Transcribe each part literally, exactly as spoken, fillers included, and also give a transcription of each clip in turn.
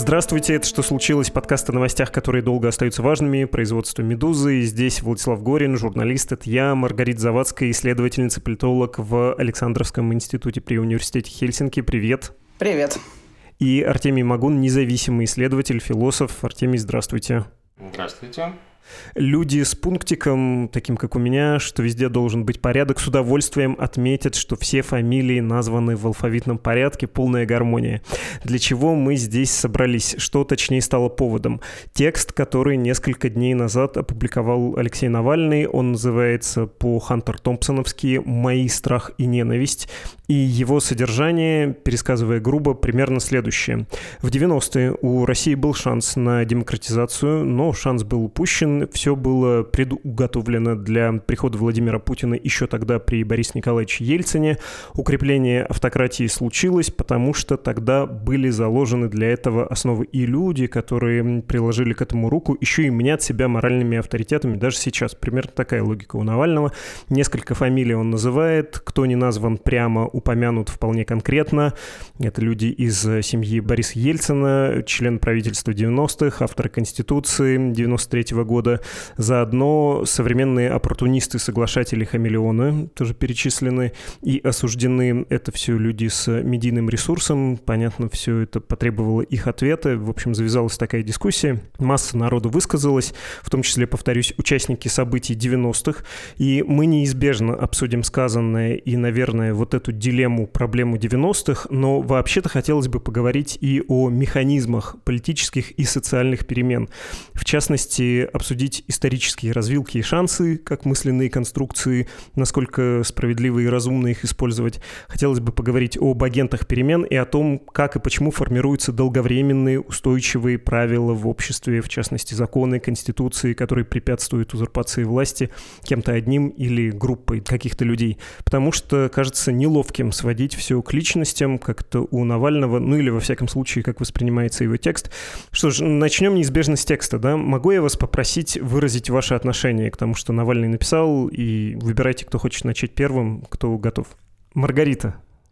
Здравствуйте, это «Что случилось?» Подкаст о новостях, которые долго остаются важными, производство «Медузы». Здесь Владислав Горин, журналист, это я, Маргарита Завадская, исследовательница-политолог в Александровском институте при университете Хельсинки. Привет. Привет. И Артемий Магун, независимый исследователь, философ. Артемий, здравствуйте. Здравствуйте. Люди с пунктиком, таким как у меня, что везде должен быть порядок, с удовольствием отметят, что все фамилии названы в алфавитном порядке, полная гармония. Для чего мы здесь собрались? Что точнее стало поводом? Текст, который несколько дней назад опубликовал Алексей Навальный, он называется по-хантер-томпсоновски «Мои страх и ненависть». И его содержание, пересказывая грубо, примерно следующее. В девяностые у России был шанс на демократизацию, но шанс был упущен. Все было предуготовлено для прихода Владимира Путина еще тогда при Борисе Николаевиче Ельцине. Укрепление автократии случилось, потому что тогда были заложены для этого основы, и люди, которые приложили к этому руку, еще и мнят себя моральными авторитетами даже сейчас. Примерно такая логика у Навального. Несколько фамилий он называет, кто не назван прямо, упомянут вполне конкретно. Это люди из семьи Бориса Ельцина, член правительства девяностых, авторы Конституции девяносто третьего года. Заодно современные оппортунисты, соглашатели, хамелеоны тоже перечислены и осуждены. Это все люди с медийным ресурсом. Понятно, все это потребовало их ответа. В общем, завязалась такая дискуссия. Масса народу высказалась, в том числе, повторюсь, участники событий девяностых. И мы неизбежно обсудим сказанное и, наверное, вот эту дилемму, проблему девяностых, но вообще-то хотелось бы поговорить и о механизмах политических и социальных перемен. В частности, обсудить исторические развилки и шансы, как мысленные конструкции, насколько справедливо и разумно их использовать. Хотелось бы поговорить об агентах перемен и о том, как и почему формируются долговременные устойчивые правила в обществе, в частности, законы, конституции, которые препятствуют узурпации власти кем-то одним или группой каких-то людей. Потому что, кажется, неловким сводить все к личностям, как-то у Навального, ну или во всяком случае, как воспринимается его текст. Что ж, начнем неизбежно с текста, да? Могу я вас попросить выразить ваше отношение к тому, что Навальный написал, и выбирайте, кто хочет начать первым, кто готов. Маргарита.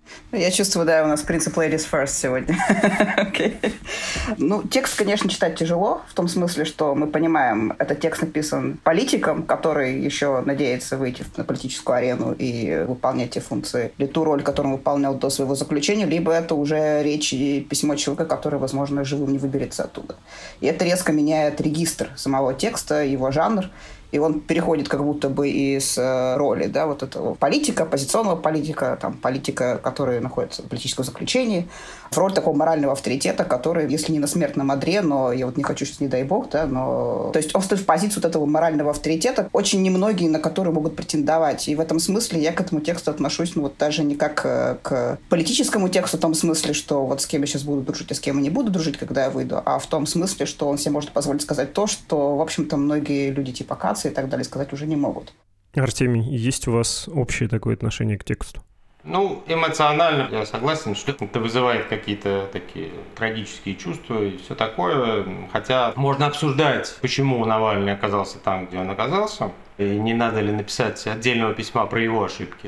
Я чувствую, да, у нас принцип ladies first сегодня. okay. Ну, текст, конечно, читать тяжело, в том смысле, что мы понимаем, этот текст написан политиком, который еще надеется выйти на политическую арену и выполнять те функции, или ту роль, которую он выполнял до своего заключения, либо это уже речь и письмо человека, который, возможно, живым не выберется оттуда. И это резко меняет регистр самого текста, его жанр, и он переходит как будто бы из э, роли, да, вот этого политика, оппозиционного политика, там, политика, который находится в политическом заключении, в роль такого морального авторитета, который, если не на смертном одре, но я вот не хочу сейчас, не дай бог, да, но... То есть он стоит в позицию вот этого морального авторитета, очень немногие, на которые могут претендовать. И в этом смысле я к этому тексту отношусь, ну, вот даже не как э, к политическому тексту, в том смысле, что вот с кем я сейчас буду дружить, а с кем я не буду дружить, когда я выйду, а в том смысле, что он себе может позволить сказать то, что, в общем-то, многие люди типа Каца и так далее сказать уже не могут. Артемий, есть у вас общее такое отношение к тексту? Ну, эмоционально я согласен, что это вызывает какие-то такие трагические чувства и все такое. Хотя можно обсуждать, почему Навальный оказался там, где он оказался, и не надо ли написать отдельного письма про его ошибки.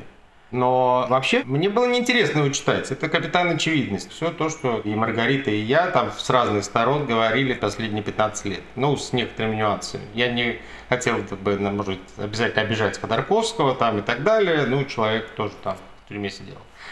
Но вообще мне было неинтересно его читать. Это капитан очевидность. Все то, что и Маргарита, и я там с разных сторон говорили последние пятнадцать лет. Ну, с некоторыми нюансами. Я не хотел бы, может, обязательно обижать Ходорковского там и так далее. Ну, человек тоже там в тюрьме сидел.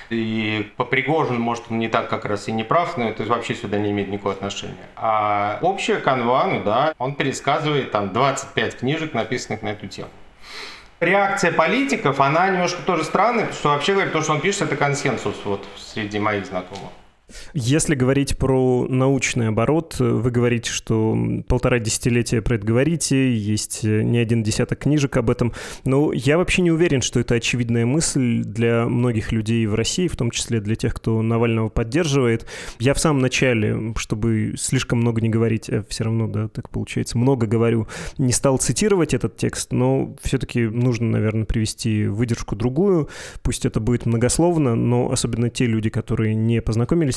И по Пригожину, может, он не так как раз и не прав, но это вообще сюда не имеет никакого отношения. А общая канва, ну да, он пересказывает там двадцать пять книжек, написанных на эту тему. Реакция политиков, она немножко тоже странная, потому что вообще говорит, то, что он пишет, это консенсус вот среди моих знакомых. Если говорить про научный оборот, вы говорите, что полтора десятилетия про это говорите, есть не один десяток книжек об этом, но я вообще не уверен, что это очевидная мысль для многих людей в России, в том числе для тех, кто Навального поддерживает. Я в самом начале, чтобы слишком много не говорить, а все равно, да, так получается, много говорю, не стал цитировать этот текст, но все-таки нужно, наверное, привести выдержку другую, пусть это будет многословно, но особенно те люди, которые не познакомились с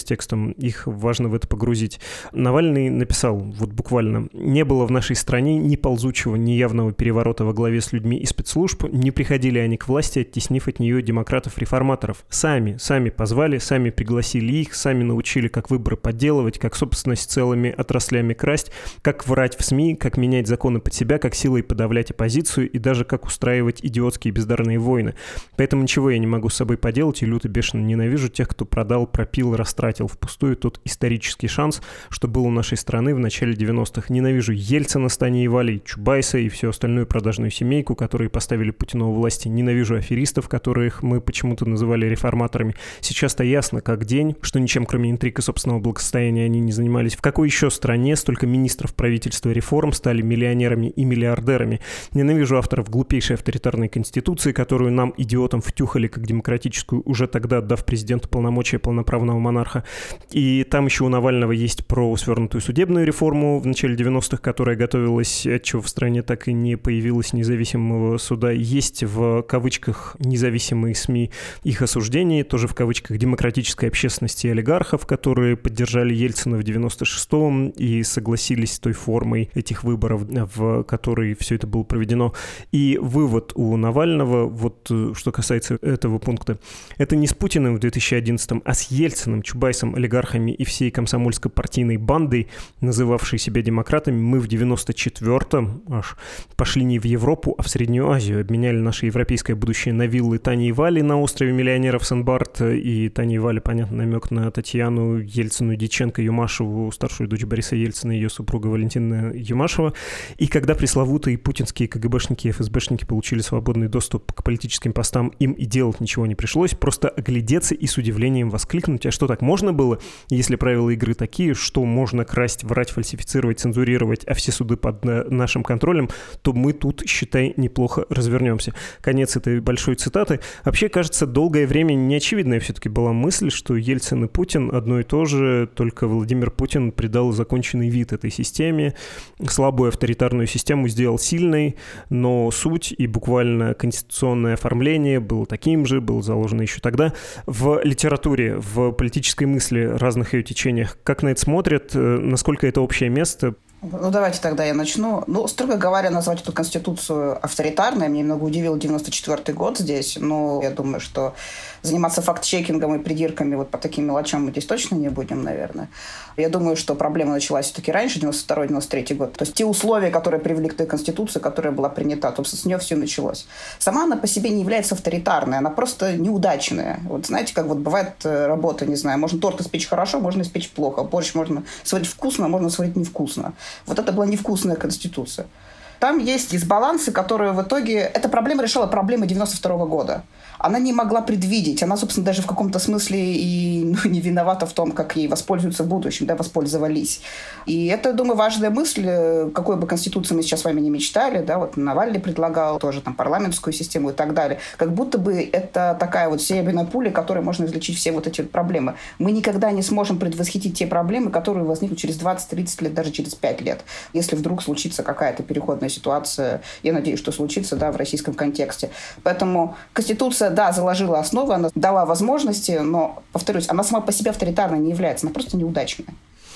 текстом, их важно в это погрузить. Навальный написал, вот буквально: «Не было в нашей стране ни ползучего, ни явного переворота во главе с людьми из спецслужб, не приходили они к власти, оттеснив от нее демократов-реформаторов. Сами, сами позвали, сами пригласили их, сами научили, как выборы подделывать, как собственность целыми отраслями красть, как врать в СМИ, как менять законы под себя, как силой подавлять оппозицию и даже как устраивать идиотские бездарные войны. Поэтому ничего я не могу с собой поделать и люто бешено ненавижу тех, кто продал, пропил, растратил впустую тот исторический шанс, что был у нашей страны в начале девяностых. Ненавижу Ельцина с Таней и Валей, Чубайса и всю остальную продажную семейку, которые поставили Путина у власти. Ненавижу аферистов, которых мы почему-то называли реформаторами. Сейчас-то ясно, как день, что ничем, кроме интриг и собственного благосостояния, они не занимались. В какой еще стране столько министров правительства реформ стали миллионерами и миллиардерами? Ненавижу авторов глупейшей авторитарной конституции, которую нам, идиотам, втюхали как демократическую, уже тогда отдав президенту полномочия полноправного монарха. И там еще у Навального есть про свернутую судебную реформу в начале девяностых, которая готовилась, отчего в стране так и не появилось независимого суда. Есть в кавычках независимые СМИ, их осуждение, тоже в кавычках демократической общественности и олигархов, которые поддержали Ельцина в девяносто шестом и согласились с той формой этих выборов, в которой все это было проведено. И вывод у Навального, вот что касается этого пункта, это не с Путиным в две тысячи одиннадцатом, а с Ельциным, Чубайсом, олигархами и всей комсомольско-партийной бандой, называвшей себя демократами, мы в девяносто четвёртом аж пошли не в Европу, а в Среднюю Азию, обменяли наше европейское будущее на виллы Тани и Вали на острове миллионеров Сен-Барт, и Таня и Валя, понятно, намек на Татьяну Ельцину, Дьяченко, Юмашеву, старшую дочь Бориса Ельцина, ее супруга Валентина Юмашева. И когда пресловутые путинские КГБшники и ФСБшники получили свободный доступ к политическим постам, им и делать ничего не пришлось, просто оглядеться и с удивлением воскликнуть: а что, так можно было, если правила игры такие, что можно красть, врать, фальсифицировать, цензурировать, а все суды под нашим контролем, то мы тут, считай, неплохо развернемся. Конец этой большой цитаты. Вообще, кажется, долгое время неочевидная все-таки была мысль, что Ельцин и Путин одно и то же, только Владимир Путин придал законченный вид этой системе, слабую авторитарную систему сделал сильной, но суть и буквально конституционное оформление было таким же, было заложено еще тогда. В литературе, в политической мысли, разных ее течениях, как на это смотрят, насколько это общее место? Ну, давайте тогда я начну. Ну, строго говоря, назвать эту конституцию авторитарной меня немного удивил девяносто четвёртый год здесь. Но я думаю, что заниматься факт-чекингом и придирками вот по таким мелочам мы здесь точно не будем, наверное. Я думаю, что проблема началась все-таки раньше, девяносто второй — девяносто третий год. То есть те условия, которые привели к той конституции, которая была принята, то с нее все началось. Сама она по себе не является авторитарной, она просто неудачная. Вот знаете, как вот бывает работа, не знаю, можно торт испечь хорошо, можно испечь плохо. Борщ можно сварить вкусно, можно сварить невкусно. Вот это была невкусная конституция. Там есть дисбалансы, которые в итоге... Эта проблема решала проблемы девяносто второго года. Она не могла предвидеть. Она, собственно, даже в каком-то смысле и ну, не виновата в том, как ей воспользуются в будущем, да, воспользовались. И это, думаю, важная мысль. Какой бы конституции мы сейчас с вами не мечтали, да, вот Навальный предлагал тоже там парламентскую систему и так далее. Как будто бы это такая вот серебряная пуля, которой можно излечить все вот эти вот проблемы. Мы никогда не сможем предвосхитить те проблемы, которые возникнут через двадцать-тридцать лет, даже через пять лет. Если вдруг случится какая-то переходная ситуация, я надеюсь, что случится, да, в российском контексте. Поэтому конституция, да, заложила основы, она дала возможности, но, повторюсь, она сама по себе авторитарной не является, она просто неудачная.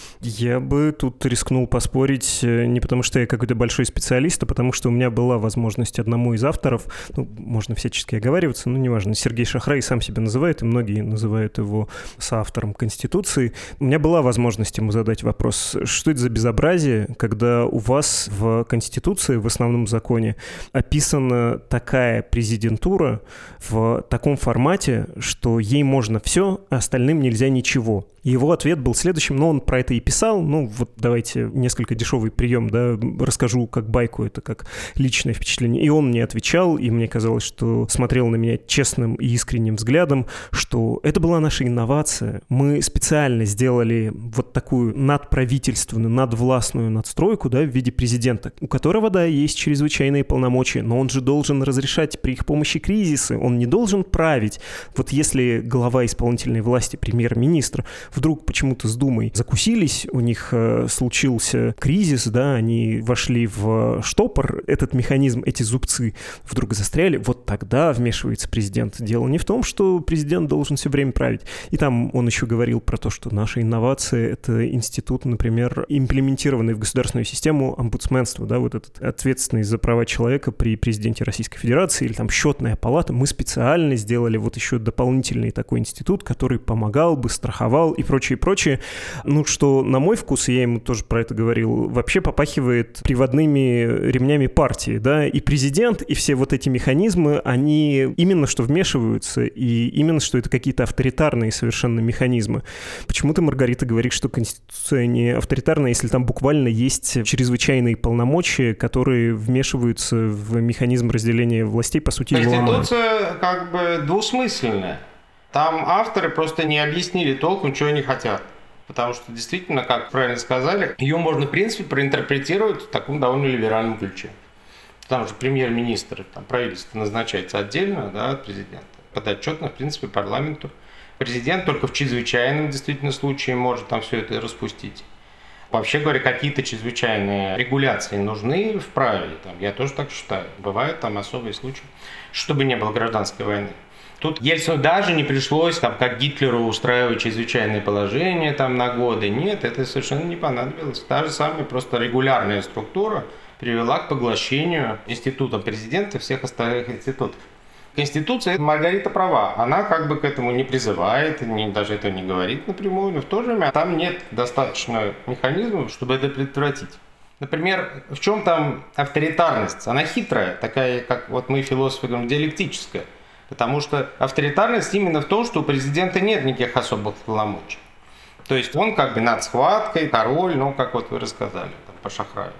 Я бы тут рискнул поспорить не потому, что я какой-то большой специалист, а потому что у меня была возможность одному из авторов, ну, можно всячески оговариваться, но неважно, Сергей Шахрай сам себя называет, и многие называют его соавтором Конституции. У меня была возможность ему задать вопрос, что это за безобразие, когда у вас в Конституции, в основном законе, описана такая президентура в таком формате, что ей можно все, а остальным нельзя ничего. И его ответ был следующим, но он про это и писал, ну вот давайте несколько дешевый прием, да, расскажу как байку, это как личное впечатление. И он мне отвечал, и мне казалось, что смотрел на меня честным и искренним взглядом, что это была наша инновация. Мы специально сделали вот такую надправительственную, надвластную надстройку, да, в виде президента, у которого, да, есть чрезвычайные полномочия, но он же должен разрешать при их помощи кризисы, он не должен править. Вот если глава исполнительной власти, премьер-министр, вдруг почему-то с Думой закусились, у них э, случился кризис, да, они вошли в штопор, этот механизм, эти зубцы вдруг застряли, вот тогда вмешивается президент. Дело не в том, что президент должен все время править. И там он еще говорил про то, что наши инновации — это институт, например, имплементированный в государственную систему омбудсменства, да, вот этот ответственный за права человека при президенте Российской Федерации, или там счетная палата. Мы специально сделали вот еще дополнительный такой институт, который помогал бы, страховал и прочее, прочее. Ну, что, на мой вкус, и я ему тоже про это говорил, вообще попахивает приводными ремнями партии, да, и президент, и все вот эти механизмы, они именно что вмешиваются, и именно что это какие-то авторитарные совершенно механизмы. Почему-то Маргарита говорит, что Конституция не авторитарная, если там буквально есть чрезвычайные полномочия, которые вмешиваются в механизм разделения властей, по сути, его ломают. Конституция как бы двусмысленная. Там авторы просто не объяснили толком, чего они хотят. Потому что действительно, как правильно сказали, ее можно, в принципе, проинтерпретировать в таком довольно либеральном ключе. Там же премьер-министр, там правительство назначается отдельно, да, от президента, подотчетно, в принципе, парламенту. Президент только в чрезвычайном действительно случае может там все это распустить. Вообще говоря, какие-то чрезвычайные регуляции нужны в праве. Там, я тоже так считаю. Бывают там особые случаи, чтобы не было гражданской войны. Тут Ельцину даже не пришлось, там, как Гитлеру, устраивать чрезвычайное положение там, на годы. Нет, это совершенно не понадобилось. Та же самая просто регулярная структура привела к поглощению института президента и всех остальных институтов. Конституция, Маргарита права, она как бы к этому не призывает, не, даже этого не говорит напрямую, но в то же время там нет достаточно механизмов, чтобы это предотвратить. Например, в чем там авторитарность? Она хитрая, такая, как вот мы философы говорим, диалектическая. Потому что авторитарность именно в том, что у президента нет никаких особых полномочий. То есть он как бы над схваткой, король, ну, как вот вы рассказали, там, по Шахраю.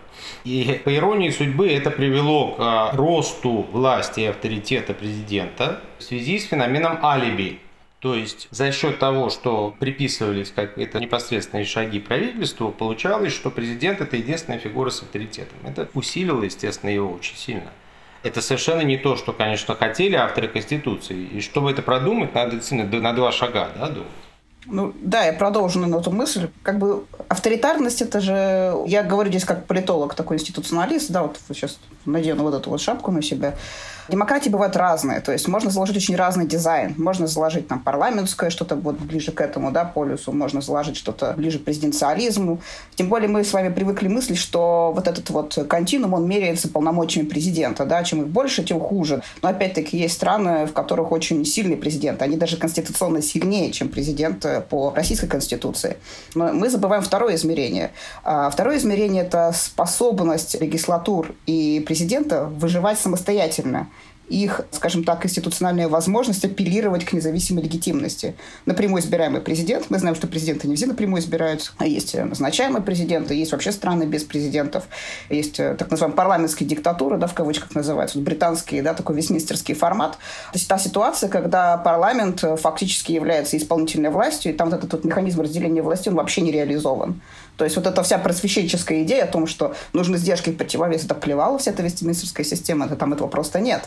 И по иронии судьбы это привело к росту власти и авторитета президента в связи с феноменом алиби. То есть за счет того, что приписывались какие-то непосредственные шаги правительству, получалось, что президент – это единственная фигура с авторитетом. Это усилило, естественно, его очень сильно. Это совершенно не то, что, конечно, хотели авторы Конституции. И чтобы это продумать, надо действительно на два шага, да, думать. Ну, да, я продолжу на эту мысль. Как бы авторитарность, это же... Я говорю здесь как политолог, такой институционалист, да, вот сейчас надену вот эту вот шапку на себя. Демократии бывают разные, то есть можно заложить очень разный дизайн. Можно заложить там парламентское, что-то вот ближе к этому, да, полюсу, можно заложить что-то ближе к президенциализму. Тем более мы с вами привыкли мыслить, что вот этот вот континуум, он меряется полномочиями президента, да, чем их больше, тем хуже. Но опять-таки есть страны, в которых очень сильный президент, они даже конституционно сильнее, чем президент по российской конституции. Но мы забываем второе измерение. А второе измерение – это способность легислатур и президента выживать самостоятельно. Их, скажем так, конституциональная возможность апеллировать к независимой легитимности. Напрямую избираемый президент. Мы знаем, что президенты не все напрямую избираются. Есть назначаемые президенты, есть вообще страны без президентов. Есть так называемая парламентская диктатура, да, в кавычках называется, британский, да, такой вестминстерский формат. То есть та ситуация, когда парламент фактически является исполнительной властью, и там вот этот вот механизм разделения власти, он вообще не реализован. То есть вот эта вся просвещенческая идея о том, что нужны сдержки и противовес, это плевала вся эта вестминстерская система, это там этого просто нет.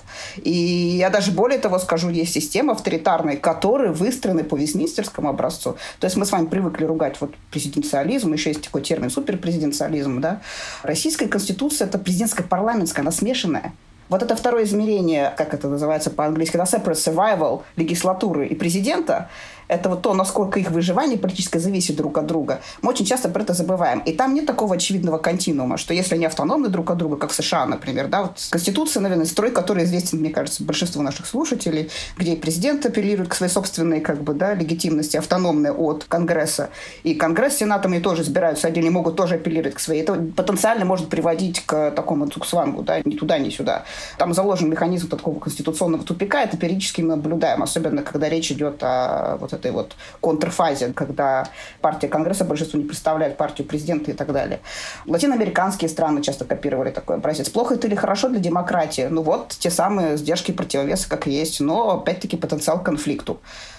И я даже более того скажу, есть системы авторитарные, которые выстроены по вестминстерскому образцу. То есть мы с вами привыкли ругать вот президенциализм, еще есть такой термин суперпрезиденциализм, да. Российская конституция – это президентская парламентская, она смешанная. Вот это второе измерение, как это называется по-английски, да, separate survival легислатуры и президента, это вот то, насколько их выживание политическое зависит друг от друга. Мы очень часто про это забываем. И там нет такого очевидного континуума, что если они автономны друг от друга, как в США, например, да, вот Конституция, наверное, строй, который известен, мне кажется, большинству наших слушателей, где президент апеллирует к своей собственной, как бы, да, легитимности, автономной от Конгресса. И Конгресс с Сенатом, они тоже избираются отдельно, могут тоже апеллировать к своей. Это потенциально может приводить к такому цуксвангу, да, ни туда, ни сюда. Там заложен механизм такого конституционного тупика, это периодически мы наблюдаем, особенно когда речь идет о вот этой вот контрфазе, когда партия Конгресса большинство не представляет партию президента и так далее. Латиноамериканские страны часто копировали такой образец. Плохо это или хорошо для демократии? Ну вот, те самые сдержки, противовесы, как есть, но опять-таки потенциал к конфликту.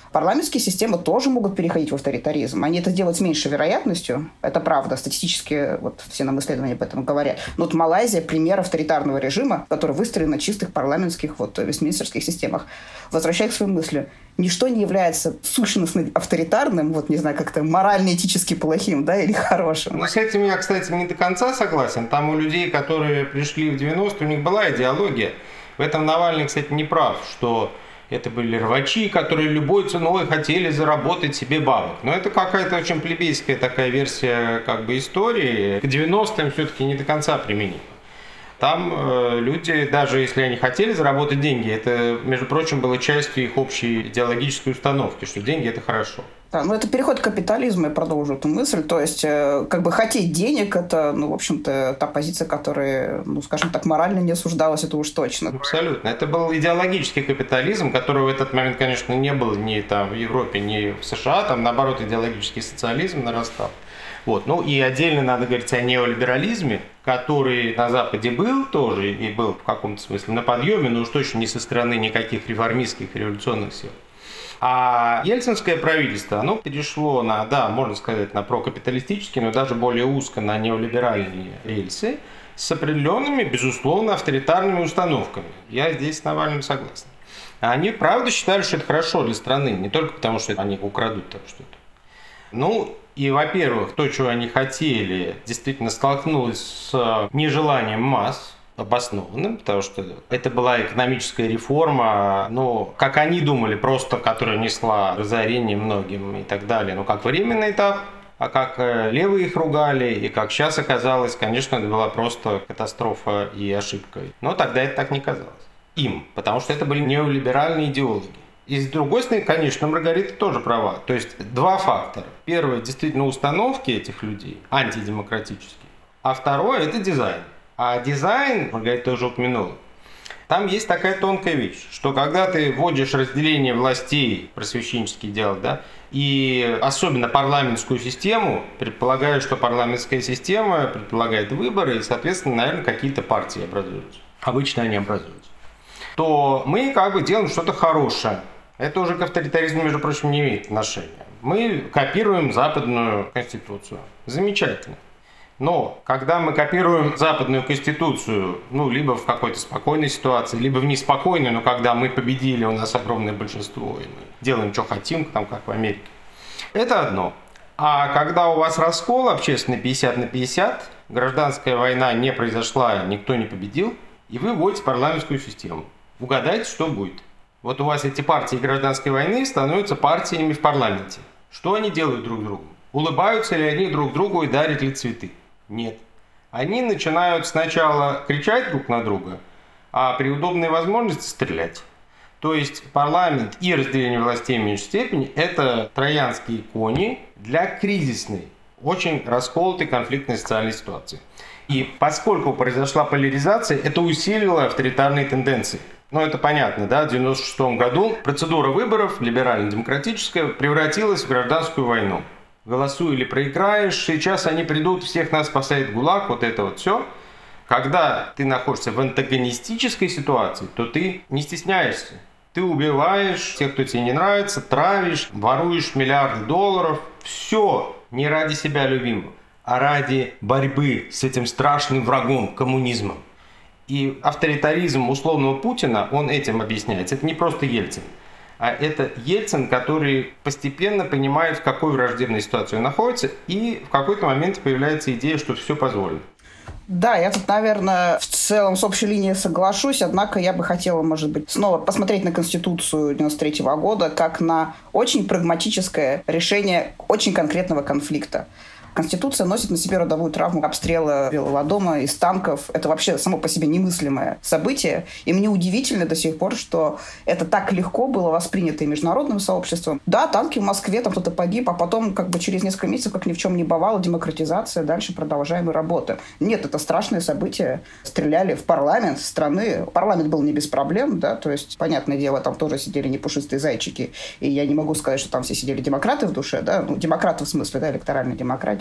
Парламентские системы тоже могут переходить в авторитаризм. Они это делают с меньшей вероятностью. Это правда. Статистически вот все нам исследования об этом говорят. Но вот Малайзия – пример авторитарного режима, который выстроен на чистых парламентских вот, вестминстерских системах. Возвращаясь к своей мысли, ничто не является сущностно авторитарным, вот не знаю, как-то морально-этически плохим, да, или хорошим. Ну, с этим я, кстати, не до конца согласен. Там у людей, которые пришли в девяностые, у них была идеология. В этом Навальный, кстати, не прав, что это были рвачи, которые любой ценой хотели заработать себе бабок. Но это какая-то очень плебейская такая версия как бы истории. К девяностым все-таки не до конца применима. Там э, люди, даже если они хотели заработать деньги, это, между прочим, было частью их общей идеологической установки, что деньги – это хорошо. Да, ну это переход к капитализму, я продолжу эту мысль. То есть, э, как бы хотеть денег – это, ну, в общем-то, та позиция, которая, ну, скажем так, морально не осуждалась, это уж точно. Абсолютно. Это был идеологический капитализм, которого в этот момент, конечно, не было ни там в Европе, ни в США. Там, наоборот, идеологический социализм нарастал. Вот. Ну и отдельно надо говорить о неолиберализме, который на Западе был тоже и был в каком-то смысле на подъеме, но уж точно не со стороны никаких реформистских и революционных сил. А ельцинское правительство, оно перешло на, да, можно сказать, на прокапиталистические, но даже более узко на неолиберальные рельсы с определенными, безусловно, авторитарными установками. Я здесь с Навальным согласен. Они, правда, считали, что это хорошо для страны, не только потому, что они украдут там что-то. Ну, и, во-первых, то, чего они хотели, действительно столкнулось с нежеланием масс, обоснованным, потому что это была экономическая реформа, ну, как они думали, просто которая несла разорение многим и так далее, ну, как временный этап, а как левые их ругали, и как сейчас оказалось, конечно, это была просто катастрофа и ошибка. Но тогда это так не казалось им, потому что это были неолиберальные идеологи. И с другой стороны, конечно, Маргарита тоже права. То есть два фактора. Первое, действительно, установки этих людей антидемократические. А второе, это дизайн. А дизайн, Маргарита тоже упомянула, там есть такая тонкая вещь, что когда ты вводишь разделение властей, просвещенческий диалог, да, и особенно парламентскую систему, предполагаю, что парламентская система предполагает выборы, и, соответственно, наверное, какие-то партии образуются. Обычно они образуются. То мы как бы делаем что-то хорошее. Это уже к авторитаризму, между прочим, не имеет отношения. Мы копируем западную конституцию. Замечательно. Но когда мы копируем западную конституцию, ну, либо в какой-то спокойной ситуации, либо в неспокойной, но когда мы победили, у нас огромное большинство, и мы делаем, что хотим, там, как в Америке. Это одно. А когда у вас раскол общественный пятьдесят на пятьдесят, гражданская война не произошла, никто не победил, и вы вводите парламентскую систему. Угадайте, что будет. Вот у вас эти партии гражданской войны становятся партиями в парламенте. Что они делают друг другу? Улыбаются ли они друг другу и дарят ли цветы? Нет. Они начинают сначала кричать друг на друга, а при удобной возможности стрелять. То есть парламент и разделение властей в меньшей степени – это троянские кони для кризисной, очень расколотой конфликтной социальной ситуации. И поскольку произошла поляризация, это усилило авторитарные тенденции. Ну, это понятно, да, в девяносто шестом году процедура выборов, либерально-демократическая, превратилась в гражданскую войну. Голосуй или проиграешь, сейчас они придут, всех нас спасает ГУЛАГ, вот это вот все. Когда ты находишься в антагонистической ситуации, то ты не стесняешься. Ты убиваешь тех, кто тебе не нравится, травишь, воруешь миллиарды долларов. Все не ради себя любимого, а ради борьбы с этим страшным врагом, коммунизмом. И авторитаризм условного Путина, он этим объясняется. Это не просто Ельцин, а это Ельцин, который постепенно понимает, в какой враждебной ситуации он находится, и в какой-то момент появляется идея, что все позволено. Да, я тут, наверное, в целом с общей линией соглашусь, однако я бы хотела, может быть, снова посмотреть на Конституцию девяносто третьего года как на очень прагматическое решение очень конкретного конфликта. Конституция носит на себе родовую травму обстрела Белого дома из танков. Это вообще само по себе немыслимое событие. И мне удивительно до сих пор, что это так легко было воспринято и международным сообществом. Да, танки в Москве, там кто-то погиб, а потом как бы через несколько месяцев, как ни в чем не бывало, демократизация, дальше продолжаем и работаем. Нет, это страшное событие. Стреляли в парламент страны. Парламент был не без проблем, да, то есть, понятное дело, там тоже сидели не пушистые зайчики. И я не могу сказать, что там все сидели демократы в душе, да, ну, демократы в смысле, да, электоральной демократии.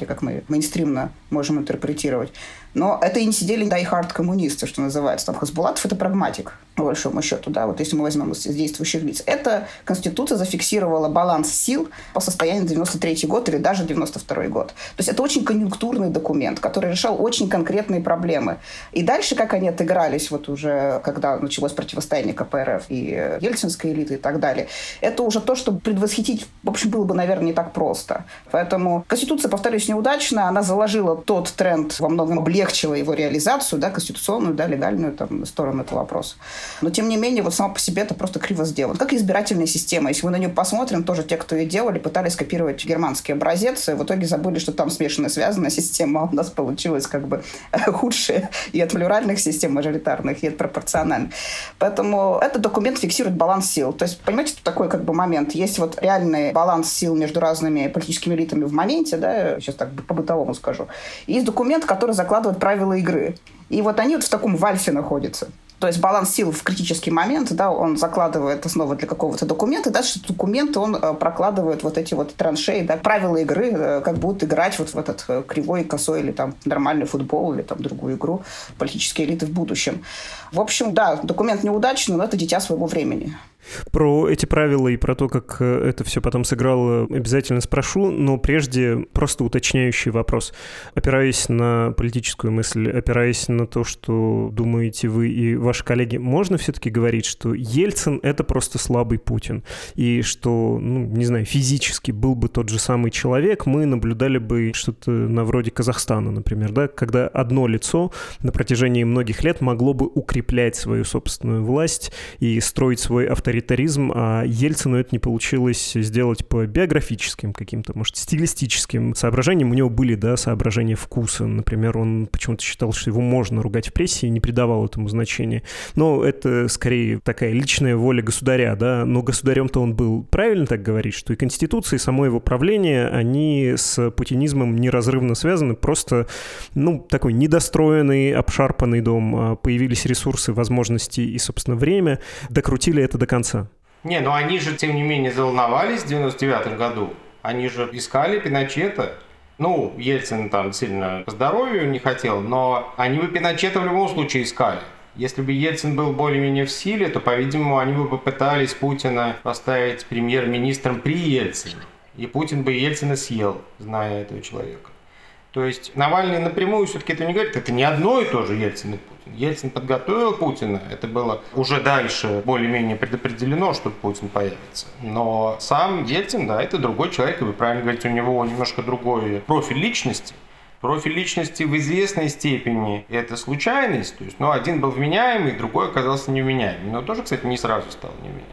Западе, как мы мейнстримно можем интерпретировать. Но это и не сидели die-hard коммунисты, что называется. Там Хасбулатов – это прагматик, по большому счету, да, вот если мы возьмем из действующих лиц. Эта Конституция зафиксировала баланс сил по состоянию девяносто третий год или даже девяносто второй год. То есть это очень конъюнктурный документ, который решал очень конкретные проблемы. И дальше, как они отыгрались, вот уже когда началось противостояние ка пэ эр эф и ельцинской элиты и так далее, это уже то, что предвосхитить, в общем, было бы, наверное, не так просто. Поэтому Конституция, повторюсь, неудачна. Она заложила тот тренд, во многом облегчила его реализацию, да, конституционную, да, легальную там, сторону этого вопроса. Но, тем не менее, вот сама по себе это просто криво сделано. Как и избирательная система. Если мы на нее посмотрим, тоже те, кто ее делали, пытались копировать германский образец, и в итоге забыли, что там смешанная связанная система, а у нас получилась как бы худшая и от плюральных систем мажоритарных, и от пропорциональных. Поэтому этот документ фиксирует баланс сил. То есть, понимаете, тут такой как бы момент. Есть вот реальный баланс сил между разными политическими элитами в моменте, да, сейчас так по-бытовому скажу. И есть документ, который закладывает правила игры. И вот они вот в таком вальсе находятся. То есть баланс сил в критический момент, да, он закладывает основы для какого-то документа, и дальше документ, он прокладывает вот эти вот траншеи, да, правила игры, как будут играть вот в этот кривой, косой или там нормальный футбол или там другую игру политические элиты в будущем. В общем, да, документ неудачный, но это дитя своего времени. Про эти правила и про то, как это все потом сыграло, обязательно спрошу, но прежде просто уточняющий вопрос. Опираясь на политическую мысль, опираясь на то, что думаете вы и ваши коллеги, можно все-таки говорить, что Ельцин — это просто слабый Путин, и что, ну, не знаю, физически был бы тот же самый человек, мы наблюдали бы что-то на вроде Казахстана, например, да, когда одно лицо на протяжении многих лет могло бы укреплять свою собственную власть и строить свой авторитет, а Ельцину это не получилось сделать по биографическим каким-то, может, стилистическим соображениям. У него были, да, соображения вкуса. Например, он почему-то считал, что его можно ругать в прессе и не придавал этому значения. Но это скорее такая личная воля государя, да. Но государем-то он был, правильно так говорить, что и Конституция, и само его правление, они с путинизмом неразрывно связаны. Просто, ну, такой недостроенный, обшарпанный дом. Появились ресурсы, возможности и, собственно, время. Докрутили это до конца. Не, ну они же, тем не менее, заволновались в девяносто девятом году. Они же искали Пиночета. Ну, Ельцин там сильно по здоровью не хотел, но они бы Пиночета в любом случае искали. Если бы Ельцин был более-менее в силе, то, по-видимому, они бы попытались Путина поставить премьер-министром при Ельцине. И Путин бы Ельцина съел, зная этого человека. То есть Навальный напрямую все-таки это не говорит. Это не одно и то же Ельцин и Путин. Ельцин подготовил Путина. Это было уже дальше более-менее предопределено, что Путин появится. Но сам Ельцин, да, это другой человек. И вы правильно говорите, у него немножко другой профиль личности. Профиль личности в известной степени это случайность. То есть, ну, один был вменяемый, другой оказался невменяемым. Но тоже, кстати, не сразу стал невменяемым.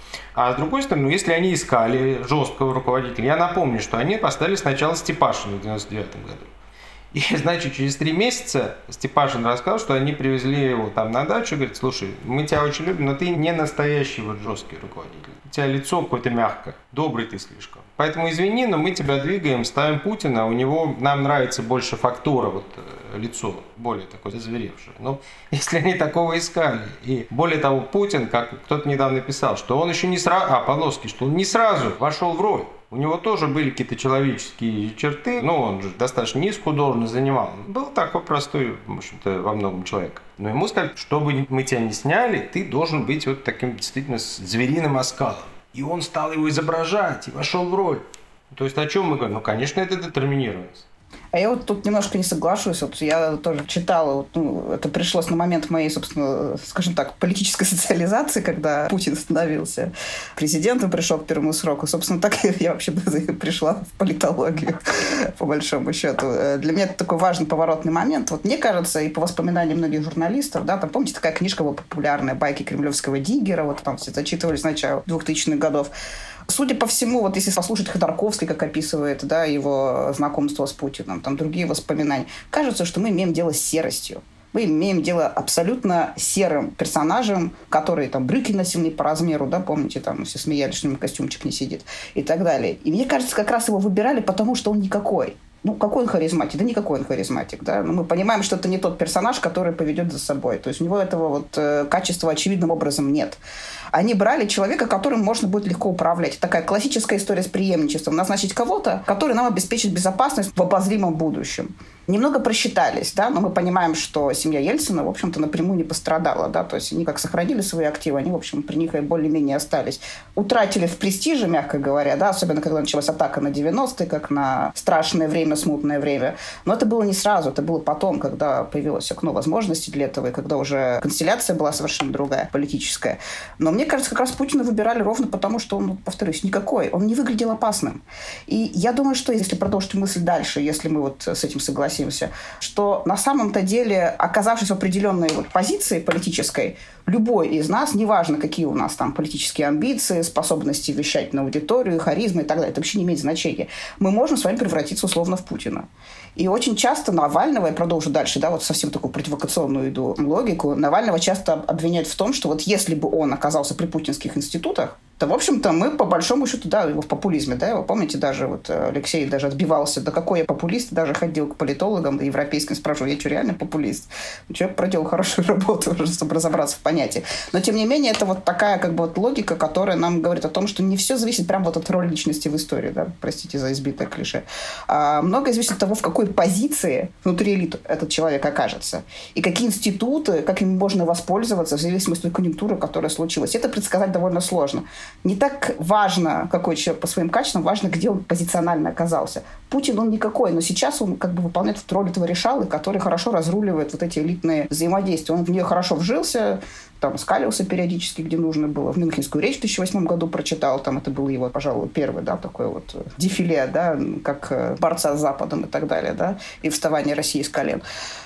А с другой стороны, ну, если они искали жесткого руководителя, я напомню, что они поставили сначала Степашина в девяносто девятом году. И, значит, через три месяца Степашин рассказал, что они привезли его там на дачу и говорит: слушай, мы тебя очень любим, но ты не настоящий вот жесткий руководитель. У тебя лицо какое-то мягкое, добрый ты слишком. Поэтому извини, но мы тебя двигаем, ставим Путина, у него нам нравится больше фактура, вот лицо более такое зазверевшее. Но если они такого искали, и более того, Путин, как кто-то недавно писал, что он еще не сразу, а Павловский, что он не сразу вошел в роль. У него тоже были какие-то человеческие черты, но он же достаточно низкую должность занимал. Он был такой простой, в общем-то, во многом человек. Но ему сказали, чтобы мы тебя не сняли, ты должен быть вот таким действительно звериным оскалом. И он стал его изображать и вошел в роль. То есть о чем мы говорим? Ну, конечно, это детерминированность. А я вот тут немножко не соглашусь. Вот я тоже читала, вот, ну, это пришлось на момент моей, собственно, скажем так, политической социализации, когда Путин становился президентом, пришел к первому сроку. Собственно, так я вообще пришла в политологию, по большому счету. Для меня это такой важный поворотный момент. Вот мне кажется, и по воспоминаниям многих журналистов, да, там, помните, такая книжка была популярная, «Байки кремлевского диггера», вот там все зачитывались с начала двухтысячных годов. Судя по всему, вот если послушать Ходорковский, как описывает, да, его знакомство с Путиным, там другие воспоминания, кажется, что мы имеем дело с серостью. Мы имеем дело абсолютно серым персонажем, который там брюки носил не по размеру, да, помните, там все смеялись, что у него костюмчик не сидит и так далее. И мне кажется, как раз его выбирали, потому что он никакой. Ну, какой он харизматик? Да никакой он харизматик, да. Но мы понимаем, что это не тот персонаж, который поведет за собой. То есть у него этого вот э, качества очевидным образом нет. Они брали человека, которым можно будет легко управлять. Такая классическая история с преемничеством. Назначить кого-то, который нам обеспечит безопасность в обозримом будущем. Немного просчитались, да, но мы понимаем, что семья Ельцина, в общем-то, напрямую не пострадала, да, то есть они как сохранили свои активы, они, в общем, при них и более-менее остались. Утратили в престиже, мягко говоря, да, особенно когда началась атака на девяностые, как на страшное время, смутное время. Но это было не сразу, это было потом, когда появилось окно возможностей для этого, и когда уже констелляция была совершенно другая, политическая. Но мне кажется, как раз Путина выбирали ровно потому, что он, повторюсь, никакой, он не выглядел опасным. И я думаю, что если продолжить мысль дальше, если мы вот с этим согласимся, что на самом-то деле, оказавшись в определенной вот позиции политической, любой из нас, неважно, какие у нас там политические амбиции, способности вещать на аудиторию, харизма и так далее, это вообще не имеет значения. Мы можем с вами превратиться условно в Путина. И очень часто Навального, я продолжу дальше, да, вот совсем такую провокационную иду логику, Навального часто обвиняют в том, что вот если бы он оказался при путинских институтах, то, в общем-то, мы по большому счету, да, его в популизме, да, вы помните, даже вот Алексей даже отбивался, да какой я популист, даже ходил к политологам, да, европейским, спрашивал, я что, реально популист? Человек проделал хорошую работу уже, чтобы разобраться в понятии. Но, тем не менее, это вот такая, как бы, вот логика, которая нам говорит о том, что не все зависит прямо вот от роли личности в истории, да, простите за избитое клише. А многое зависит от того, в какой позиции внутри элиты этот человек окажется, и какие институты, как им можно воспользоваться в зависимости от конъюнктуры, которая случилась. Это предсказать довольно сложно. Не так важно, какой человек по своим качествам, важно, где он позиционально оказался. Путин, он никакой, но сейчас он как бы выполняет роль этого решалы, который хорошо разруливает вот эти элитные взаимодействия. Он в нее хорошо вжился, там, скалился периодически, где нужно было. В Мюнхенскую речь в две тысячи восьмом году прочитал, там это было его, пожалуй, первый, да, такой вот дефиле, да, как борца с Западом и так далее, да, и вставание России с колен.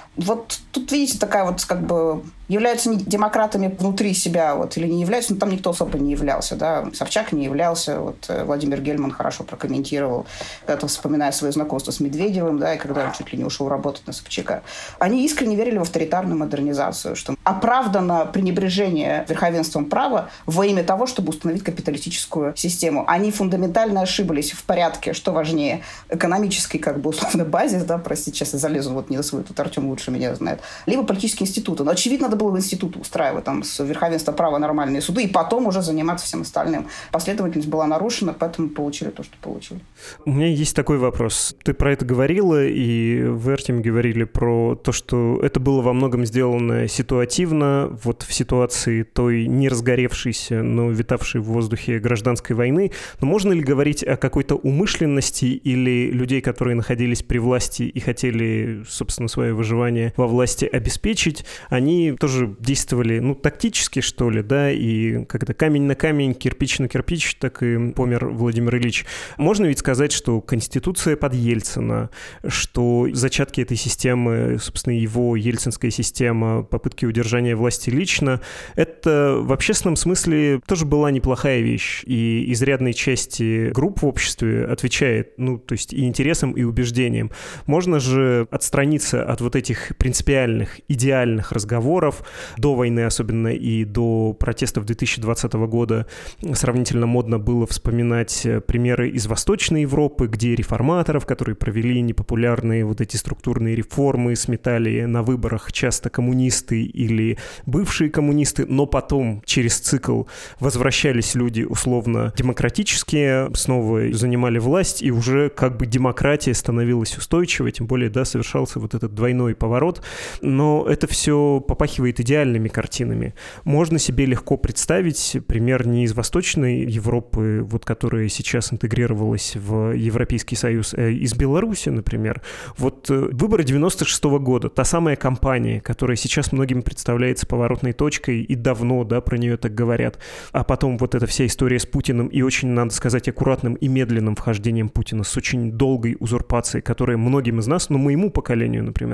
Вот тут, видите, такая вот, как бы, являются демократами внутри себя, вот, или не являются, но там никто особо не являлся, да, Собчак не являлся, вот, Владимир Гельман хорошо прокомментировал, когда-то вспоминая свое знакомство с Медведевым, да, и когда он чуть ли не ушел работать на Собчака. Они искренне верили в авторитарную модернизацию, что оправдано пренебрежение верховенством права во имя того, чтобы установить капиталистическую систему. Они фундаментально ошиблись в порядке, что важнее, экономический, как бы, условно, базис, да, простите, сейчас я залезу, вот не за свой, тут Артем лучше меня знает, либо политические институты. Но, очевидно, надо было в институт устраивать там с верховенства права нормальные суды, и потом уже заниматься всем остальным. Последовательность была нарушена, поэтому получили то, что получили. У меня есть такой вопрос. Ты про это говорила, и вы, Артем, говорили про то, что это было во многом сделано ситуативно, вот в ситуации той не разгоревшейся, но витавшей в воздухе гражданской войны. Но можно ли говорить о какой-то умышленности или людей, которые находились при власти и хотели, собственно, свое выживание во власти обеспечить, они тоже действовали, ну, тактически, что ли, да, и как-то камень на камень, кирпич на кирпич, так и помер Владимир Ильич. Можно ведь сказать, что Конституция под Ельцина, что зачатки этой системы, собственно, его ельцинская система, попытки удержания власти лично, это в общественном смысле тоже была неплохая вещь, и изрядной части групп в обществе отвечает, ну, то есть и интересам, и убеждениям. Можно же отстраниться от вот этих принципиальных, идеальных разговоров до войны, особенно и до протестов две тысячи двадцатого года. Сравнительно модно было вспоминать примеры из Восточной Европы, где реформаторов, которые провели непопулярные вот эти структурные реформы, сметали на выборах часто коммунисты или бывшие коммунисты, но потом через цикл возвращались люди условно демократические, снова занимали власть, и уже как бы демократия становилась устойчивой, тем более, да, совершался вот этот двойной поворот. Но это все попахивает идеальными картинами. Можно себе легко представить пример не из Восточной Европы, вот, которая сейчас интегрировалась в Европейский Союз, а из Беларуси, например. Вот выборы девяносто шестого года, та самая кампания, которая сейчас многим представляется поворотной точкой, и давно, да, про нее так говорят. А потом вот эта вся история с Путиным и очень, надо сказать, аккуратным и медленным вхождением Путина, с очень долгой узурпацией, которая многим из нас, ну, моему поколению, например, Маргарита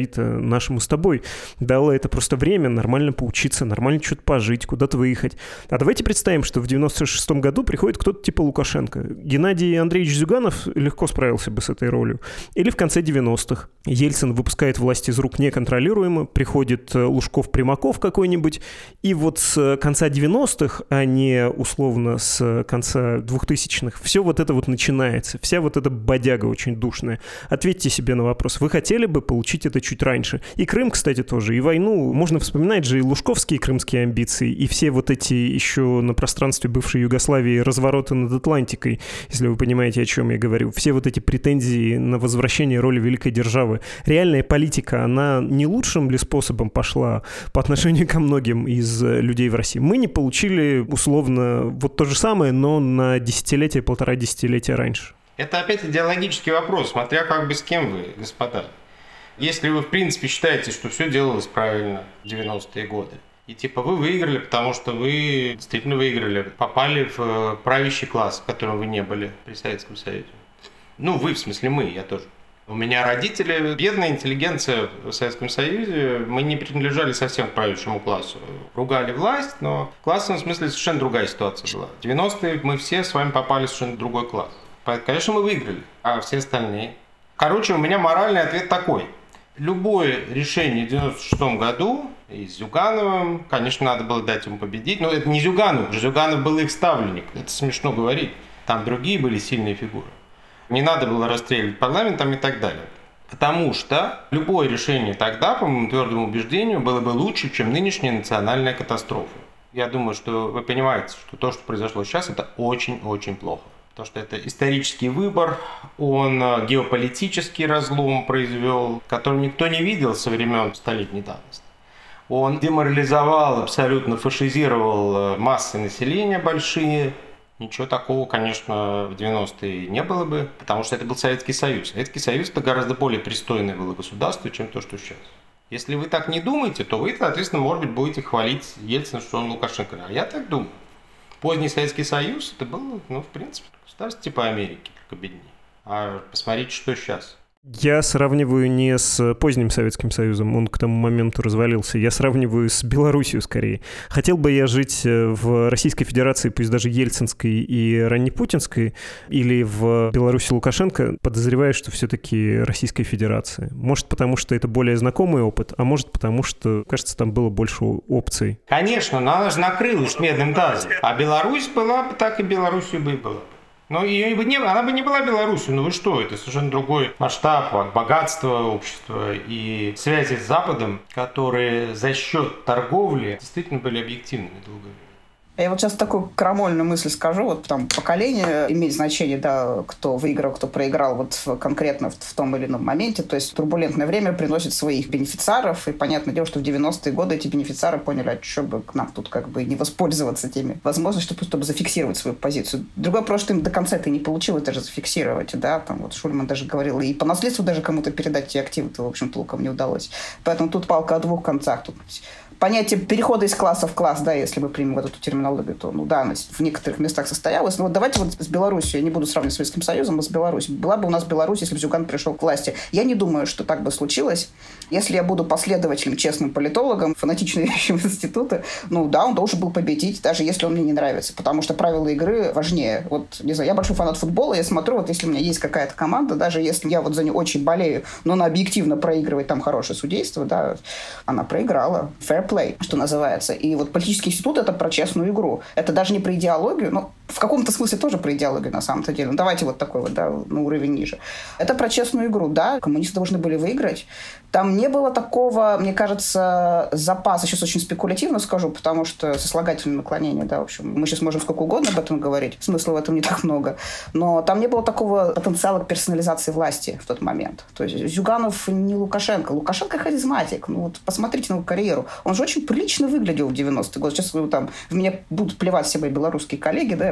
габарита нашему с тобой. Дало это просто время нормально поучиться, нормально что-то пожить, куда-то выехать. А давайте представим, что в девяносто шестом году приходит кто-то типа Лукашенко. Геннадий Андреевич Зюганов легко справился бы с этой ролью. Или в конце девяностых. Ельцин выпускает власть из рук неконтролируемо, приходит Лужков-Примаков какой-нибудь, и вот с конца девяностых, а не условно с конца двухтысячных, все вот это вот начинается. Вся вот эта бодяга очень душная. Ответьте себе на вопрос. Вы хотели бы получить это чуть раньше? И Крым, кстати, тоже. И войну. Можно вспоминать же и лужковские крымские амбиции, и все вот эти еще на пространстве бывшей Югославии развороты над Атлантикой, если вы понимаете, о чем я говорю. Все вот эти претензии на возвращение роли великой державы. Реальная политика, она не лучшим ли способом пошла по отношению ко многим из людей в России? Мы не получили, условно, вот то же самое, но на десятилетие, полтора десятилетия раньше. Это опять идеологический вопрос, смотря как бы с кем вы, господа. Если вы, в принципе, считаете, что все делалось правильно в девяностые годы, и типа вы выиграли, потому что вы действительно выиграли, попали в правящий класс, в котором вы не были при Советском Союзе. Ну, вы, в смысле мы, я тоже. У меня родители, бедная интеллигенция в Советском Союзе, мы не принадлежали совсем к правящему классу. Ругали власть, но в классовом смысле совершенно другая ситуация была. В девяностые мы все с вами попали в совершенно другой класс. Конечно, мы выиграли, а все остальные... Короче, у меня моральный ответ такой. Любое решение в девяносто шестом году и с Зюгановым, конечно, надо было дать ему победить. Но это не Зюганов, Зюганов был их ставленник. Это смешно говорить. Там другие были сильные фигуры. Не надо было расстреливать парламентом и так далее. Потому что любое решение тогда, по моему твердому убеждению, было бы лучше, чем нынешняя национальная катастрофа. Я думаю, что вы понимаете, что то, что произошло сейчас, это очень-очень плохо. Потому что это исторический выбор, он геополитический разлом произвел, который никто не видел со времен столетней давности. Он деморализовал, абсолютно фашизировал массы населения большие. Ничего такого, конечно, в девяностые не было бы, потому что это был Советский Союз. Советский Союз – это гораздо более пристойное было государство, чем то, что сейчас. Если вы так не думаете, то вы, соответственно, может быть, будете хвалить Ельцина, что он Лукашенко. А я так думаю. Поздний Советский Союз – это было, ну, в принципе, государство типа Америки, только беднее. А посмотрите, что сейчас. Я сравниваю не с поздним Советским Союзом, он к тому моменту развалился, я сравниваю с Белоруссией скорее. Хотел бы я жить в Российской Федерации, пусть даже ельцинской и раннепутинской, или в Беларуси Лукашенко, подозреваю, что все-таки Российской Федерации. Может, потому что это более знакомый опыт, а может, потому что, кажется, там было больше опций. Конечно, но она же накрылась медным тазом. А Беларусь была бы, так и Белоруссия бы и была. Но ее бы не, она бы не была Беларусью, ну вы что, это совершенно другой масштаб, богатство общества и связи с Западом, которые за счет торговли действительно были объективными долгое время. Я вот сейчас такую крамольную мысль скажу. Вот там поколение имеет значение, да, кто выиграл, кто проиграл вот конкретно в, в том или ином моменте. То есть турбулентное время приносит своих бенефициаров. И понятное дело, что в девяностые годы эти бенефициары поняли, а что бы к нам тут как бы не воспользоваться теми возможностями, чтобы, чтобы зафиксировать свою позицию. Другой вопрос, что им до конца это не получилось даже зафиксировать. Да? Там вот Шульман даже говорил, и по наследству даже кому-то передать эти активы-то, в общем, толком не удалось. Поэтому тут палка о двух концах. Тут понятие перехода из класса в класс, да, если мы примем вот эту терминологию, то, ну да, в некоторых местах состоялось. Но вот давайте вот с Беларусью, я не буду сравнивать с Советским Союзом, а с Беларусью. Была бы у нас Беларусь, если бы Зюганов пришел к власти. Я не думаю, что так бы случилось. Если я буду последователем, честным политологом, фанатично верящим в институты, ну да, он должен был победить, даже если он мне не нравится, потому что правила игры важнее. Вот, не знаю, я большой фанат футбола, я смотрю, вот если у меня есть какая-то команда, даже если я вот за нее очень болею, но она объективно проигрывает, там хорошее судейство, да, она проиграла. Fair play, что называется. И вот политический институт — это про честную игру. Это даже не про идеологию, но в каком-то смысле тоже про идеологию на самом-то деле. Ну, давайте вот такой вот, да, на уровень ниже. Это про честную игру, да, коммунисты должны были выиграть. Там не было такого, мне кажется, запаса, сейчас очень спекулятивно скажу, потому что сослагательное наклонение, да, в общем, мы сейчас можем сколько угодно об этом говорить, смысла в этом не так много, но там не было такого потенциала к персонализации власти в тот момент. То есть Зюганов не Лукашенко. Лукашенко харизматик. Ну вот посмотрите на его карьеру. Он же очень прилично выглядел в девяностые годы. Сейчас там в меня будут плевать все мои белорусские коллеги, да,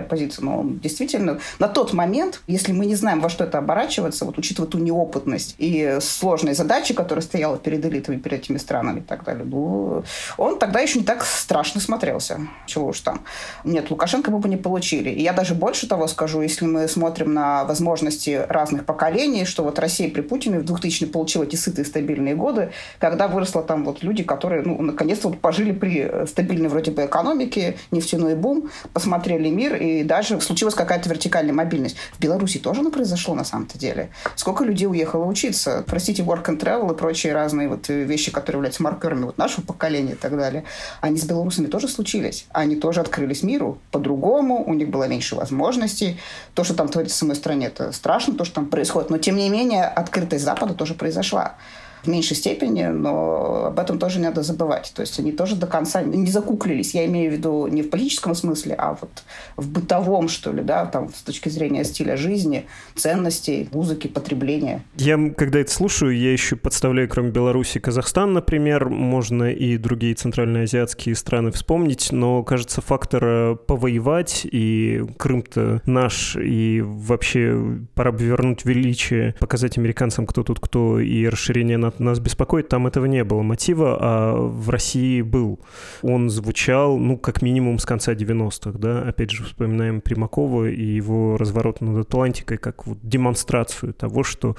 позиция, но он действительно на тот момент, если мы не знаем, во что это оборачивается, вот учитывая ту неопытность и сложные задачи, которые стояла перед элитами, перед этими странами и так далее, ну, он тогда еще не так страшно смотрелся. Чего уж там. Нет, Лукашенко мы бы не получили. И я даже больше того скажу, если мы смотрим на возможности разных поколений, что вот Россия при Путине в двухтысячные получила эти сытые стабильные годы, когда выросло там вот люди, которые, ну, наконец-то вот пожили при стабильной вроде бы экономике, нефтяной бум, посмотрели мир, и даже случилась какая-то вертикальная мобильность. В Беларуси тоже она произошло на самом-то деле. Сколько людей уехало учиться? Простите, work and travel и прочие разные вот вещи, которые являются маркерами вот нашего поколения и так далее. Они с белорусами тоже случились. Они тоже открылись миру по-другому, у них было меньше возможностей. То, что там творится в самой стране, это страшно, то, что там происходит. Но, тем не менее, открытость Запада тоже произошла. В меньшей степени, но об этом тоже не надо забывать. То есть они тоже до конца не закуклились. Я имею в виду не в политическом смысле, а вот в бытовом, что ли, да, там, с точки зрения стиля жизни, ценностей, музыки, потребления. Я, когда это слушаю, я еще подставляю, кроме Беларуси, Казахстан, например, можно и другие центральноазиатские страны вспомнить, но, кажется, фактора повоевать, и Крым-то наш, и вообще пора бы вернуть величие, показать американцам, кто тут кто, и расширение на нас беспокоит, там этого не было мотива, а в России был. Он звучал, ну, как минимум с конца девяностых, да, опять же, вспоминаем Примакова и его разворот над Атлантикой как вот демонстрацию того, что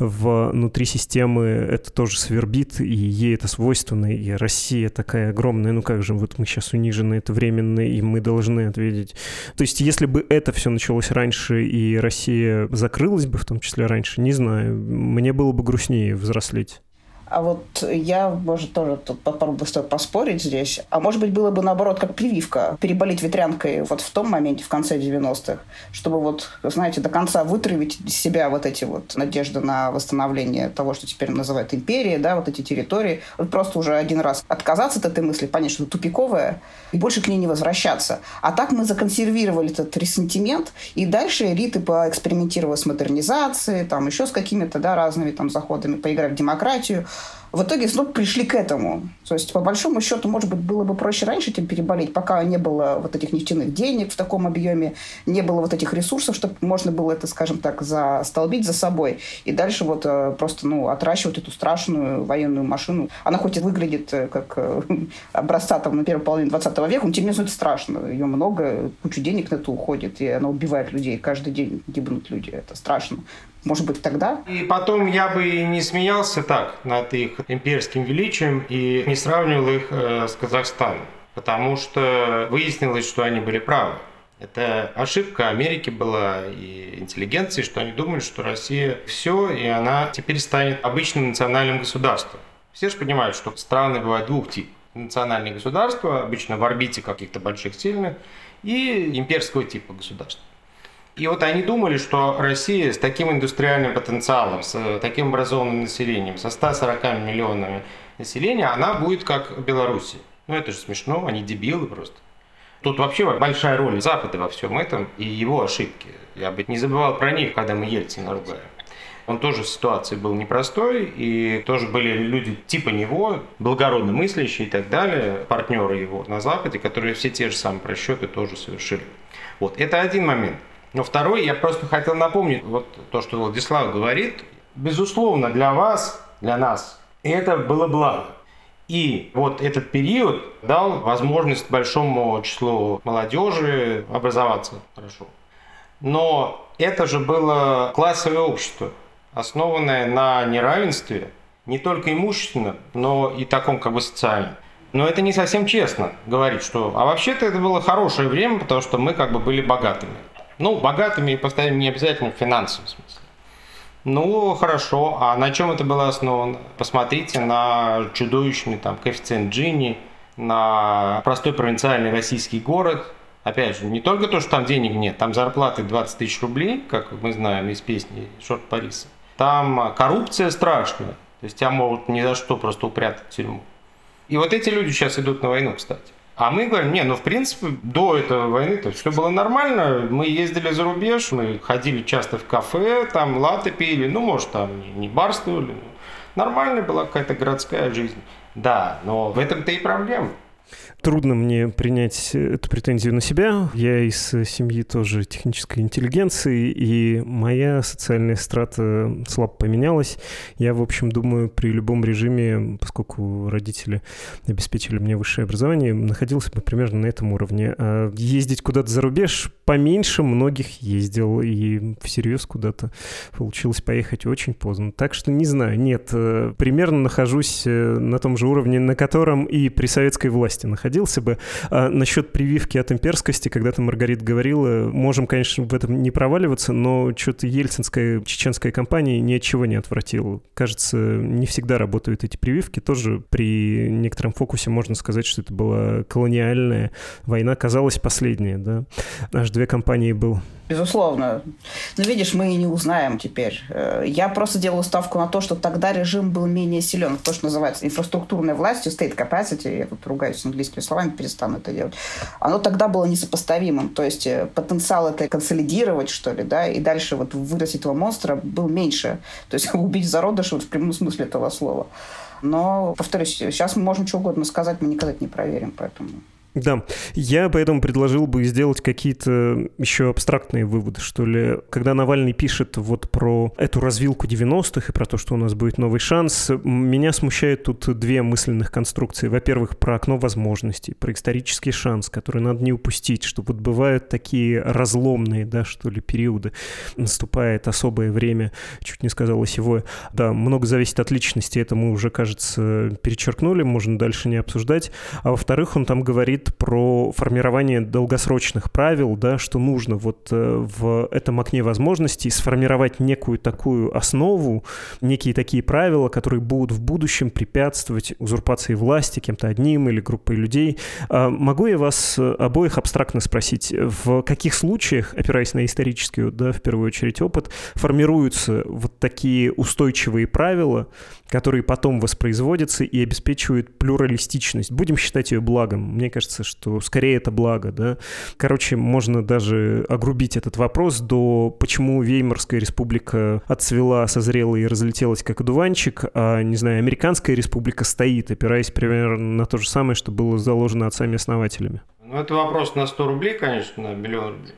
внутри системы это тоже свербит, и ей это свойственно, и Россия такая огромная, ну как же, вот мы сейчас унижены, это временно, и мы должны ответить. То есть, если бы это все началось раньше, и Россия закрылась бы, в том числе раньше, не знаю, мне было бы грустнее взрослеть. А вот я, может, тоже тут попробую поспорить здесь. А может быть, было бы, наоборот, как прививка. Переболеть ветрянкой вот в том моменте, в конце девяностых, чтобы вот, знаете, до конца вытравить из себя вот эти вот надежды на восстановление того, что теперь называют империей, да, вот эти территории. Вот просто уже один раз отказаться от этой мысли, понять, что это тупиковая, и больше к ней не возвращаться. А так мы законсервировали этот ресентимент, и дальше элиты поэкспериментировали с модернизацией, там еще с какими-то, да, разными там заходами, поиграть в демократию. В итоге снова пришли к этому. То есть, по большому счету, может быть, было бы проще раньше этим переболеть, пока не было вот этих нефтяных денег в таком объеме, не было вот этих ресурсов, чтобы можно было это, скажем так, застолбить за собой. И дальше вот просто, ну, отращивать эту страшную военную машину. Она хоть и выглядит как образца там на первой половине двадцатого века, но тем не менее это страшно. Ее много, кучу денег на это уходит, и она убивает людей. Каждый день гибнут люди. Это страшно. Может быть, тогда? И потом я бы не смеялся так над их имперским величием и не сравнивал их э, с Казахстаном, потому что выяснилось, что они были правы. Это ошибка Америки была и интеллигенции, что они думали, что Россия все, и она теперь станет обычным национальным государством. Все же понимают, что страны бывают двух типов. Национальные государства, обычно в орбите каких-то больших сильных, и имперского типа государства. И вот они думали, что Россия с таким индустриальным потенциалом, с таким образованным населением, со ста сорока миллионами населения, она будет как Беларусь. Ну это же смешно, они дебилы просто. Тут вообще большая роль Запада во всем этом и его ошибки. Я бы не забывал про них, когда мы Ельцина ругали. Он тоже в ситуации был непростой, и тоже были люди типа него, благородно мыслящие и так далее, партнеры его на Западе, которые все те же самые просчеты тоже совершили. Вот, это один момент. Но второй, я просто хотел напомнить, вот то, что Владислав говорит, безусловно, для вас, для нас, это было благо. И вот этот период дал возможность большому числу молодежи образоваться хорошо. Но это же было классовое общество, основанное на неравенстве, не только имущественном, но и таком как бы социальном. Но это не совсем честно говорить, что... А вообще-то это было хорошее время, потому что мы как бы были богатыми. Ну, богатыми, повторяю, не обязательно в финансовом смысле. Ну, хорошо. А на чем это было основано? Посмотрите на чудовищный там коэффициент Джини, на простой провинциальный российский город. Опять же, не только то, что там денег нет, там зарплаты двадцать тысяч рублей, как мы знаем из песни Шорт Париса. Там коррупция страшная. То есть тебя могут ни за что просто упрятать в тюрьму. И вот эти люди сейчас идут на войну, кстати. А мы говорим, не, ну в принципе до этой войны-то все было нормально, мы ездили за рубеж, мы ходили часто в кафе, там латте пили, ну может там не барствовали, нормальная была какая-то городская жизнь. Да, но в этом-то и проблема. Трудно мне принять эту претензию на себя. Я из семьи тоже технической интеллигенции, и моя социальная страта слабо поменялась. Я, в общем, думаю, при любом режиме, поскольку родители обеспечили мне высшее образование, находился бы примерно на этом уровне. А ездить куда-то за рубеж поменьше многих ездил, и всерьез куда-то получилось поехать очень поздно. Так что не знаю, нет, примерно нахожусь на том же уровне, на котором и при советской власти находился бы. А насчет прививки от имперскости, когда-то Маргарита говорила, можем, конечно, в этом не проваливаться, но что-то ельцинская чеченская кампания ни от чего не отвратила. Кажется, не всегда работают эти прививки. Тоже при некотором фокусе можно сказать, что это была колониальная война, казалось, последняя, да. Аж две кампании было. Безусловно. Но видишь, мы и не узнаем теперь. Я просто делаю ставку на то, что тогда режим был менее силен. То, что называется инфраструктурной властью, state capacity, я тут ругаюсь английскими словами, перестану это делать, оно тогда было несопоставимым. То есть потенциал это консолидировать, что ли, да, и дальше вот вырастить этого монстра был меньше. То есть убить зародыша вот в прямом смысле этого слова. Но, повторюсь, сейчас мы можем что угодно сказать, мы никогда это не проверим, поэтому... Да, я поэтому предложил бы сделать какие-то еще абстрактные выводы, что ли. Когда Навальный пишет вот про эту развилку девяностых и про то, что у нас будет новый шанс, меня смущают тут две мысленных конструкции. Во-первых, про окно возможностей, про исторический шанс, который надо не упустить, что вот бывают такие разломные, да, что ли, периоды. Наступает особое время, чуть не сказал осевое. Да, много зависит от личности, это мы уже, кажется, перечеркнули, можно дальше не обсуждать. А во-вторых, он там говорит про формирование долгосрочных правил, да, что нужно вот в этом окне возможностей сформировать некую такую основу, некие такие правила, которые будут в будущем препятствовать узурпации власти кем-то одним или группой людей. А могу я вас обоих абстрактно спросить, в каких случаях, опираясь на исторический, да, в первую очередь опыт, формируются вот такие устойчивые правила, которые потом воспроизводятся и обеспечивают плюралистичность? Будем считать ее благом. Мне кажется, что скорее это благо, да. Короче, можно даже огрубить этот вопрос до почему Веймарская республика отцвела, созрела и разлетелась как одуванчик, а, не знаю, Американская республика стоит, опираясь примерно на то же самое, что было заложено отцами-основателями. Ну, это вопрос на сто рублей, конечно, на миллион рублей.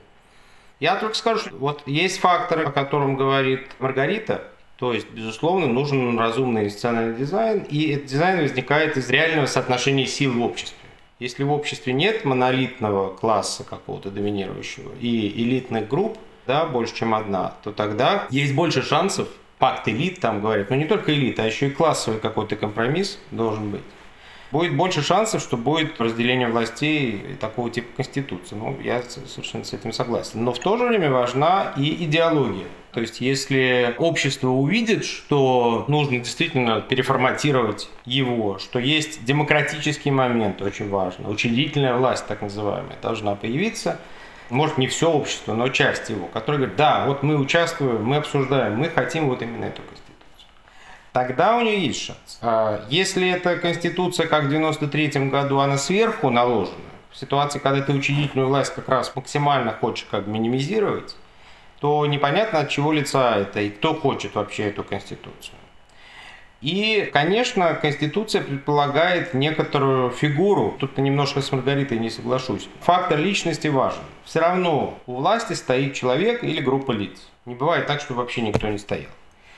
Я только скажу, что вот есть факторы, о котором говорит Маргарита. То есть, безусловно, нужен разумный институциональный дизайн, и этот дизайн возникает из реального соотношения сил в обществе. Если в обществе нет монолитного класса какого-то доминирующего и элитных групп, да, больше, чем одна, то тогда есть больше шансов, пакт элит там говорят, но не только элита, а еще и классовый какой-то компромисс должен быть. Будет больше шансов, что будет разделение властей такого типа конституции. Ну, я совершенно с этим согласен. Но в то же время важна и идеология. То есть, если общество увидит, что нужно действительно переформатировать его, что есть демократический момент, очень важно, учредительная власть, так называемая, должна появиться, может, не все общество, но часть его, которая говорит, да, вот мы участвуем, мы обсуждаем, мы хотим вот именно эту конституцию. Тогда у нее есть шанс. Если эта конституция, как в девяносто третьем году, она сверху наложена, в ситуации, когда ты учредительную власть как раз максимально хочешь как минимизировать, то непонятно, от чего лица это и кто хочет вообще эту конституцию. И, конечно, конституция предполагает некоторую фигуру, тут немножко с Маргаритой не соглашусь. Фактор личности важен. Все равно у власти стоит человек или группа лиц. Не бывает так, что вообще никто не стоял.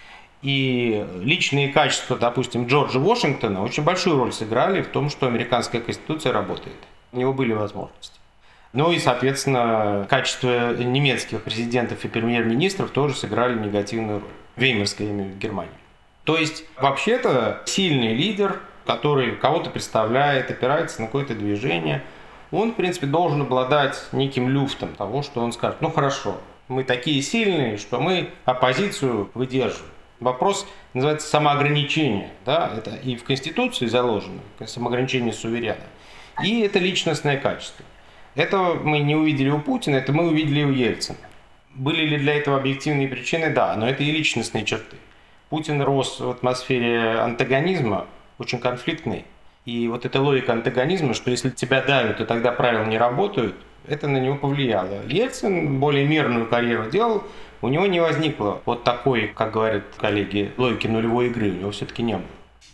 И личные качества, допустим, Джорджа Вашингтона очень большую роль сыграли в том, что американская конституция работает. У него были возможности. Ну и, соответственно, качества немецких президентов и премьер-министров тоже сыграли негативную роль. Веймарская, я имею в виду, Германия. То есть, вообще-то, сильный лидер, который кого-то представляет, опирается на какое-то движение, он, в принципе, должен обладать неким люфтом того, что он скажет, ну хорошо, мы такие сильные, что мы оппозицию выдерживаем. Вопрос называется самоограничение, да, это и в Конституции заложено, самоограничение суверена, и это личностное качество. Этого мы не увидели у Путина, это мы увидели у Ельцина. Были ли для этого объективные причины? Да, но это и личностные черты. Путин рос в атмосфере антагонизма, очень конфликтной, и вот эта логика антагонизма, что если тебя давят, то тогда правила не работают, это на него повлияло. Ельцин более мирную карьеру делал, у него не возникло вот такой, как говорят коллеги, логики нулевой игры, у него все-таки не было.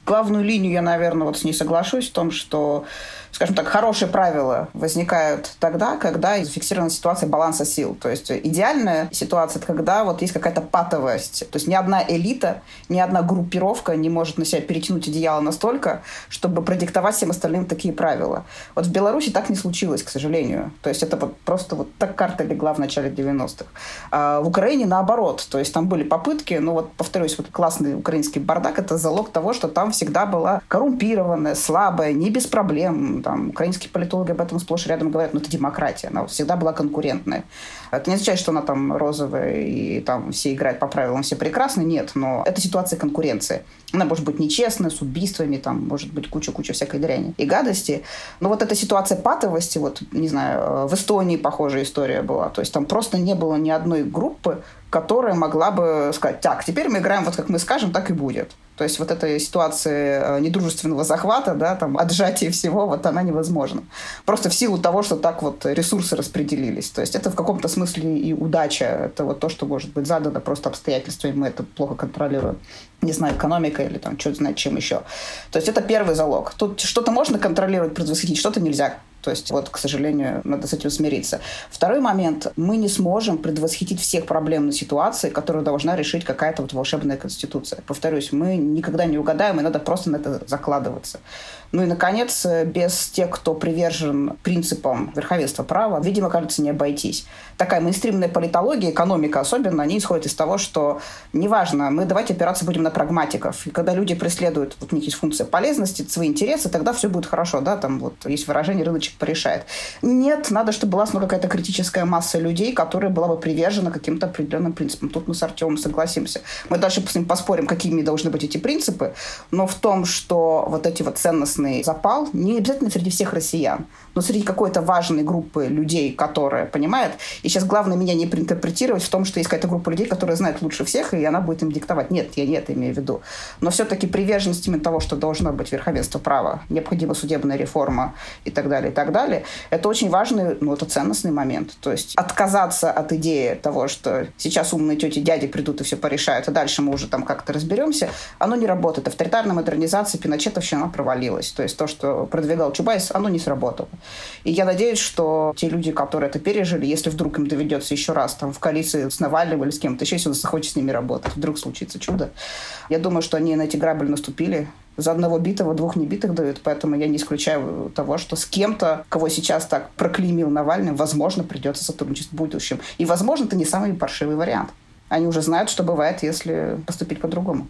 Главную линию я, наверное, вот с ней соглашусь в том, что, скажем так, хорошие правила возникают тогда, когда зафиксирована ситуация баланса сил. То есть идеальная ситуация – это когда вот есть какая-то патовость. То есть ни одна элита, ни одна группировка не может на себя перетянуть одеяло настолько, чтобы продиктовать всем остальным такие правила. Вот в Беларуси так не случилось, к сожалению. То есть это вот просто вот так карта легла в начале девяностых. А в Украине наоборот. То есть там были попытки, но вот, повторюсь, вот классный украинский бардак – это залог того, что там всегда была коррумпированная, слабая, не без проблем. Там, украинские политологи об этом сплошь и рядом говорят, но это демократия, она всегда была конкурентная. Это не означает, что она там розовая и там все играют по правилам, все прекрасны, нет, но это ситуация конкуренции. Она может быть нечестная, с убийствами, там может быть куча-куча всякой дряни и гадости. Но вот эта ситуация патовости, вот, не знаю, в Эстонии похожая история была. То есть там просто не было ни одной группы, которая могла бы сказать, так, теперь мы играем вот как мы скажем, так и будет. То есть вот эта ситуация недружественного захвата, да, там, отжатия всего, вот она невозможна. Просто в силу того, что так вот ресурсы распределились. То есть это в каком-то смысле и удача. Это вот то, что может быть задано просто обстоятельствами, мы это плохо контролируем. Не знаю, экономика или там что-то знать чем еще. То есть это первый залог. Тут что-то можно контролировать, предвосхитить, что-то нельзя. То есть, вот, к сожалению, надо с этим смириться. Второй момент. Мы не сможем предвосхитить всех проблемных ситуаций, которые должна решить какая-то вот волшебная конституция. Повторюсь, мы никогда не угадаем, и надо просто на это закладываться. Ну и, наконец, без тех, кто привержен принципам верховенства права, видимо, кажется, не обойтись. Такая мейнстримная политология, экономика особенно, они исходят из того, что неважно, мы давайте опираться будем на прагматиков. И когда люди преследуют, вот у них есть функция полезности, свои интересы, тогда все будет хорошо, да, там вот есть выражение «рыночек порешает». Нет, надо, чтобы была ну, какая-то критическая масса людей, которая была бы привержена каким-то определенным принципам. Тут мы с Артемом согласимся. Мы дальше с ним поспорим, какими должны быть эти принципы, но в том, что вот эти вот ценностные запал не обязательно среди всех россиян, но среди какой-то важной группы людей, которая понимает. И сейчас главное меня не интерпретировать в том, что есть какая-то группа людей, которая знает лучше всех, и она будет им диктовать. Нет, я не это имею в виду. Но все-таки приверженность именно того, что должно быть верховенство права, необходима судебная реформа и так далее, и так далее, это очень важный, ну, это ценностный момент. То есть отказаться от идеи того, что сейчас умные тети, дяди придут и все порешают, а дальше мы уже там как-то разберемся, оно не работает. Авторитарная модернизация, пиночетовщина, она провалилась. То есть то, что продвигал Чубайс, оно не сработало. И я надеюсь, что те люди, которые это пережили, если вдруг им доведется еще раз там в коалиции с Навальным или с кем-то еще, если он захочет с ними работать, вдруг случится чудо, я думаю, что они на эти грабли наступили. За одного битого двух небитых дают, поэтому я не исключаю того, что с кем-то, кого сейчас так проклеймил Навальный, возможно, придется сотрудничать в будущем. И, возможно, это не самый паршивый вариант. Они уже знают, что бывает, если поступить по-другому.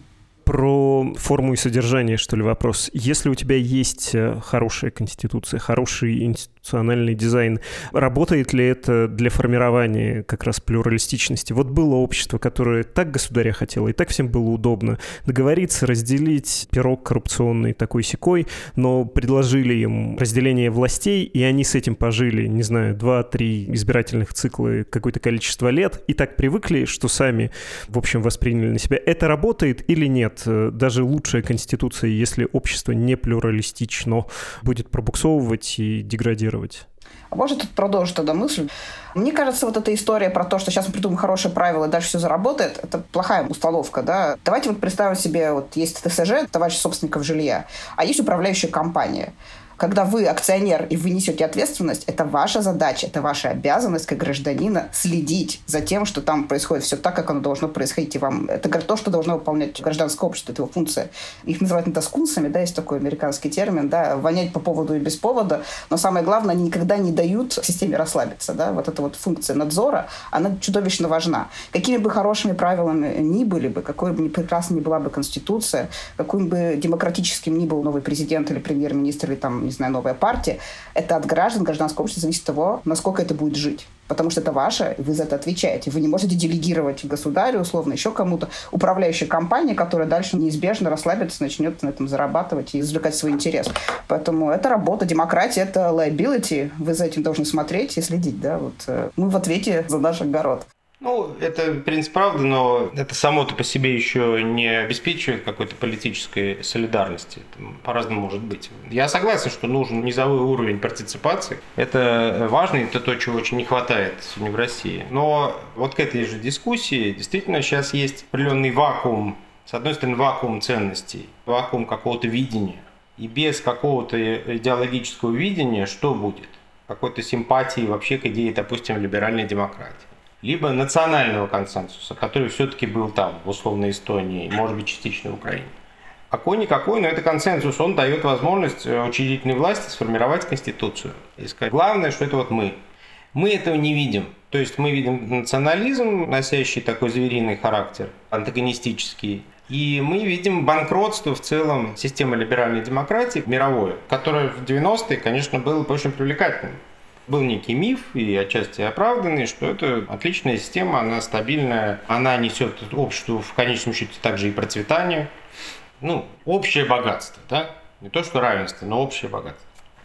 Про форму и содержание, что ли, вопрос. Если у тебя есть хорошая конституция, хороший институциональный дизайн, работает ли это для формирования как раз плюралистичности? Вот было общество, которое так государя хотело, и так всем было удобно договориться, разделить пирог коррупционный такой-сякой, но предложили им разделение властей, и они с этим пожили, не знаю, два-три избирательных цикла, какое-то количество лет, и так привыкли, что сами, в общем, восприняли на себя. Это работает или нет? Даже лучшая конституция, если общество не плюралистично, будет пробуксовывать и деградировать. А можно тут продолжить тогда мысль? Мне кажется, вот эта история про то, что сейчас мы придумаем хорошие правила, и дальше все заработает, это плохая установка, да. Давайте вот представим себе, вот есть ТСЖ, товарищ собственников жилья, а есть управляющая компания. Когда вы акционер и вы несете ответственность, это ваша задача, это ваша обязанность как гражданина следить за тем, что там происходит все так, как оно должно происходить. И вам это то, что должно выполнять гражданское общество, это его функция. Их называют натаскунсами, да, есть такой американский термин, да, вонять по поводу и без повода. Но самое главное, они никогда не дают системе расслабиться, да. Вот эта вот функция надзора, она чудовищно важна. Какими бы хорошими правилами ни были бы, какой бы ни прекрасной ни была бы конституция, каким бы демократическим ни был новый президент или премьер-министр, или там не знаю, новая партия, это от граждан, гражданского общества зависит от того, насколько это будет жить. Потому что это ваше, и вы за это отвечаете. Вы не можете делегировать государю, условно, еще кому-то, управляющей компании, которая дальше неизбежно расслабится, начнет на этом зарабатывать и извлекать свой интерес. Поэтому это работа, демократия, это liability. Вы за этим должны смотреть и следить. Да? Вот, мы в ответе за наш огород. Ну, это, в принципе, правда, но это само-то по себе еще не обеспечивает какой-то политической солидарности. Это по-разному может быть. Я согласен, что нужен низовой уровень партиципации. Это важно, это то, чего очень не хватает сегодня в России. Но вот к этой же дискуссии действительно сейчас есть определенный вакуум С одной стороны, вакуум ценностей, вакуум какого-то видения. И без какого-то идеологического видения что будет? Какой-то симпатии вообще к идее, допустим, либеральной демократии. Либо национального консенсуса, который все-таки был там, в условной Эстонии, может быть, частично в Украине. Какой-никакой, но это консенсус, он дает возможность учредительной власти сформировать Конституцию. И сказать, главное, что это вот мы. Мы этого не видим. То есть мы видим национализм, носящий такой звериный характер, антагонистический. И мы видим банкротство в целом системы либеральной демократии мировой, которое в девяностые, конечно, было очень привлекательным. Был некий миф, и отчасти оправданный, что это отличная система, она стабильная, она несет обществу в конечном счете также и процветание. Ну, общее богатство, да? Не то, что равенство, но общее богатство.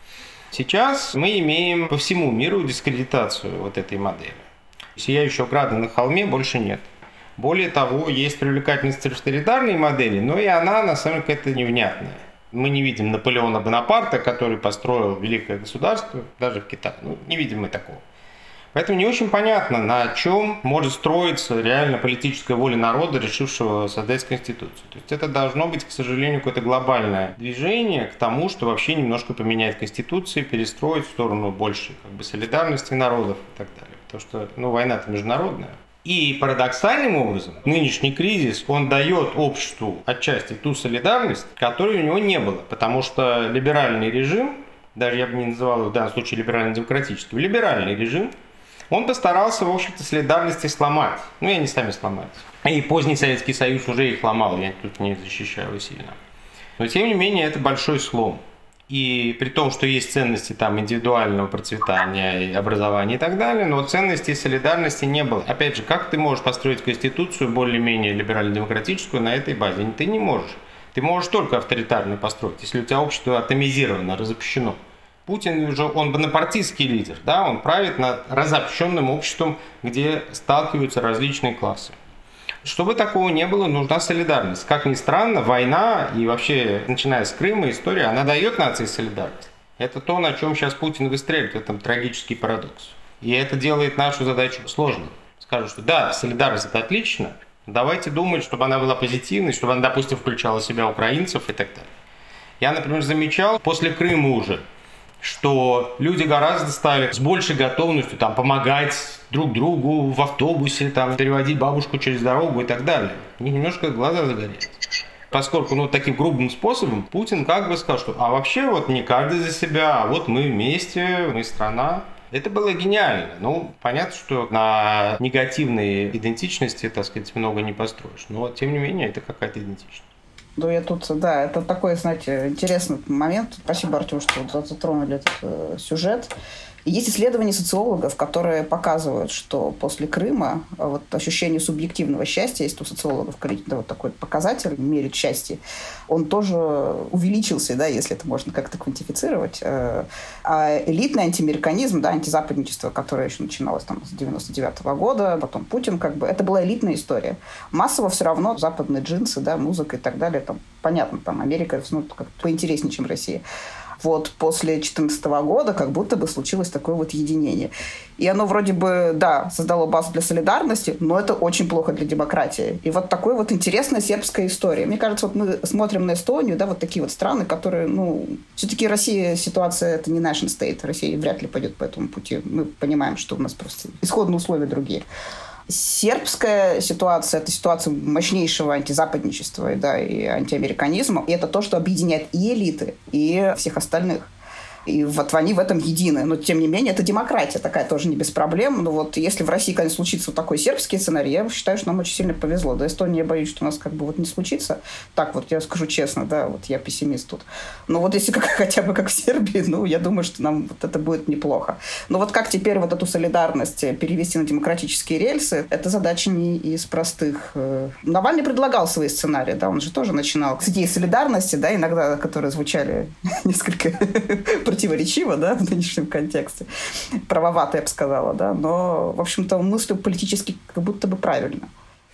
Сейчас мы имеем по всему миру дискредитацию вот этой модели. Сияющего града на холме больше нет. Более того, есть привлекательность авторитарной модели, но и она, на самом деле, какая-то невнятная. Мы не видим Наполеона Бонапарта, который построил великое государство, даже в Китае. Ну, не видим мы такого. Поэтому не очень понятно, на чем может строиться реально политическая воля народа, решившего создать Конституцию. То есть это должно быть, к сожалению, какое-то глобальное движение к тому, что вообще немножко поменять Конституцию, перестроить в сторону большей как бы, солидарности народов и так далее. Потому что ну, война-то международная. И парадоксальным образом нынешний кризис, он дает обществу отчасти ту солидарность, которой у него не было. Потому что либеральный режим, даже я бы не называл его в данном случае либерально-демократическим, либеральный режим, он постарался, в общем-то, солидарности сломать. Ну, и они сами сломались. И поздний Советский Союз уже их ломал, я тут не защищаю его сильно. Но, тем не менее, это большой слом. И при том, что есть ценности там, индивидуального процветания, образования и так далее, но ценностей солидарности не было. Опять же, как ты можешь построить конституцию более-менее либерально-демократическую на этой базе? Ты не можешь. Ты можешь только авторитарно построить, если у тебя общество атомизировано, разобщено. Путин уже, он бонапартийский лидер, да, он правит над разобщенным обществом, где сталкиваются различные классы. Чтобы такого не было, нужна солидарность. Как ни странно, война и вообще, начиная с Крыма, история, она дает нации солидарность. Это то, на чем сейчас Путин выстреливает, в этом трагический парадокс. И это делает нашу задачу сложной. Скажут, что да, солидарность это отлично, давайте думать, чтобы она была позитивной, чтобы она, допустим, включала в себя украинцев и так далее. Я, например, замечал после Крыма уже, что люди гораздо стали с большей готовностью там, помогать друг другу в автобусе, там, переводить бабушку через дорогу и так далее. У них немножко глаза загорелись. Поскольку ну, таким грубым способом Путин как бы сказал, что а вообще вот не каждый за себя, а вот мы вместе, мы страна. Это было гениально. Ну, понятно, что на негативной идентичности, так сказать, много не построишь. Но, тем не менее, это какая-то идентичность. Ну, я тут, да, это такой, знаете, интересный момент. Спасибо, Артем, что затронули этот э, сюжет. Есть исследования социологов, которые показывают, что после Крыма вот ощущение субъективного счастья, есть у социологов да, вот такой показатель, мерить счастье, он тоже увеличился, да, если это можно как-то квантифицировать. А элитный антиамериканизм, да, антизападничество, которое еще начиналось там, с девяносто девятого года, потом Путин, как бы, это была элитная история. Массово все равно западные джинсы, да, музыка и так далее, там, понятно, там Америка ну, как поинтереснее, чем Россия. Вот после две тысячи четырнадцатого года как будто бы случилось такое вот единение. И оно вроде бы, да, создало базу для солидарности, но это очень плохо для демократии. И вот такой вот интересная сербская история. Мне кажется, вот мы смотрим на Эстонию, да, вот такие вот страны, которые, ну, все-таки Россия, ситуация, это не nation state. Россия вряд ли пойдет по этому пути. Мы понимаем, что у нас просто исходные условия другие. Сербская ситуация – это ситуация мощнейшего антизападничества да, и антиамериканизма. И это то, что объединяет и элиты, и всех остальных. И вот они в этом едины. Но, тем не менее, это демократия такая тоже не без проблем. Но вот если в России, конечно, случится вот такой сербский сценарий, я считаю, что нам очень сильно повезло. До Эстонии я боюсь, что у нас как бы вот не случится. Так вот, я скажу честно, да, вот я пессимист тут. Но вот если как, хотя бы как в Сербии, ну, я думаю, что нам вот это будет неплохо. Но вот как теперь вот эту солидарность перевести на демократические рельсы, это задача не из простых. Навальный предлагал свои сценарии, да, он же тоже начинал с идеи солидарности, да, иногда, которые звучали несколько противоречиво, да, в нынешнем контексте. Правовато, я бы сказала, да. Но, в общем-то, он мыслил политически как будто бы правильно.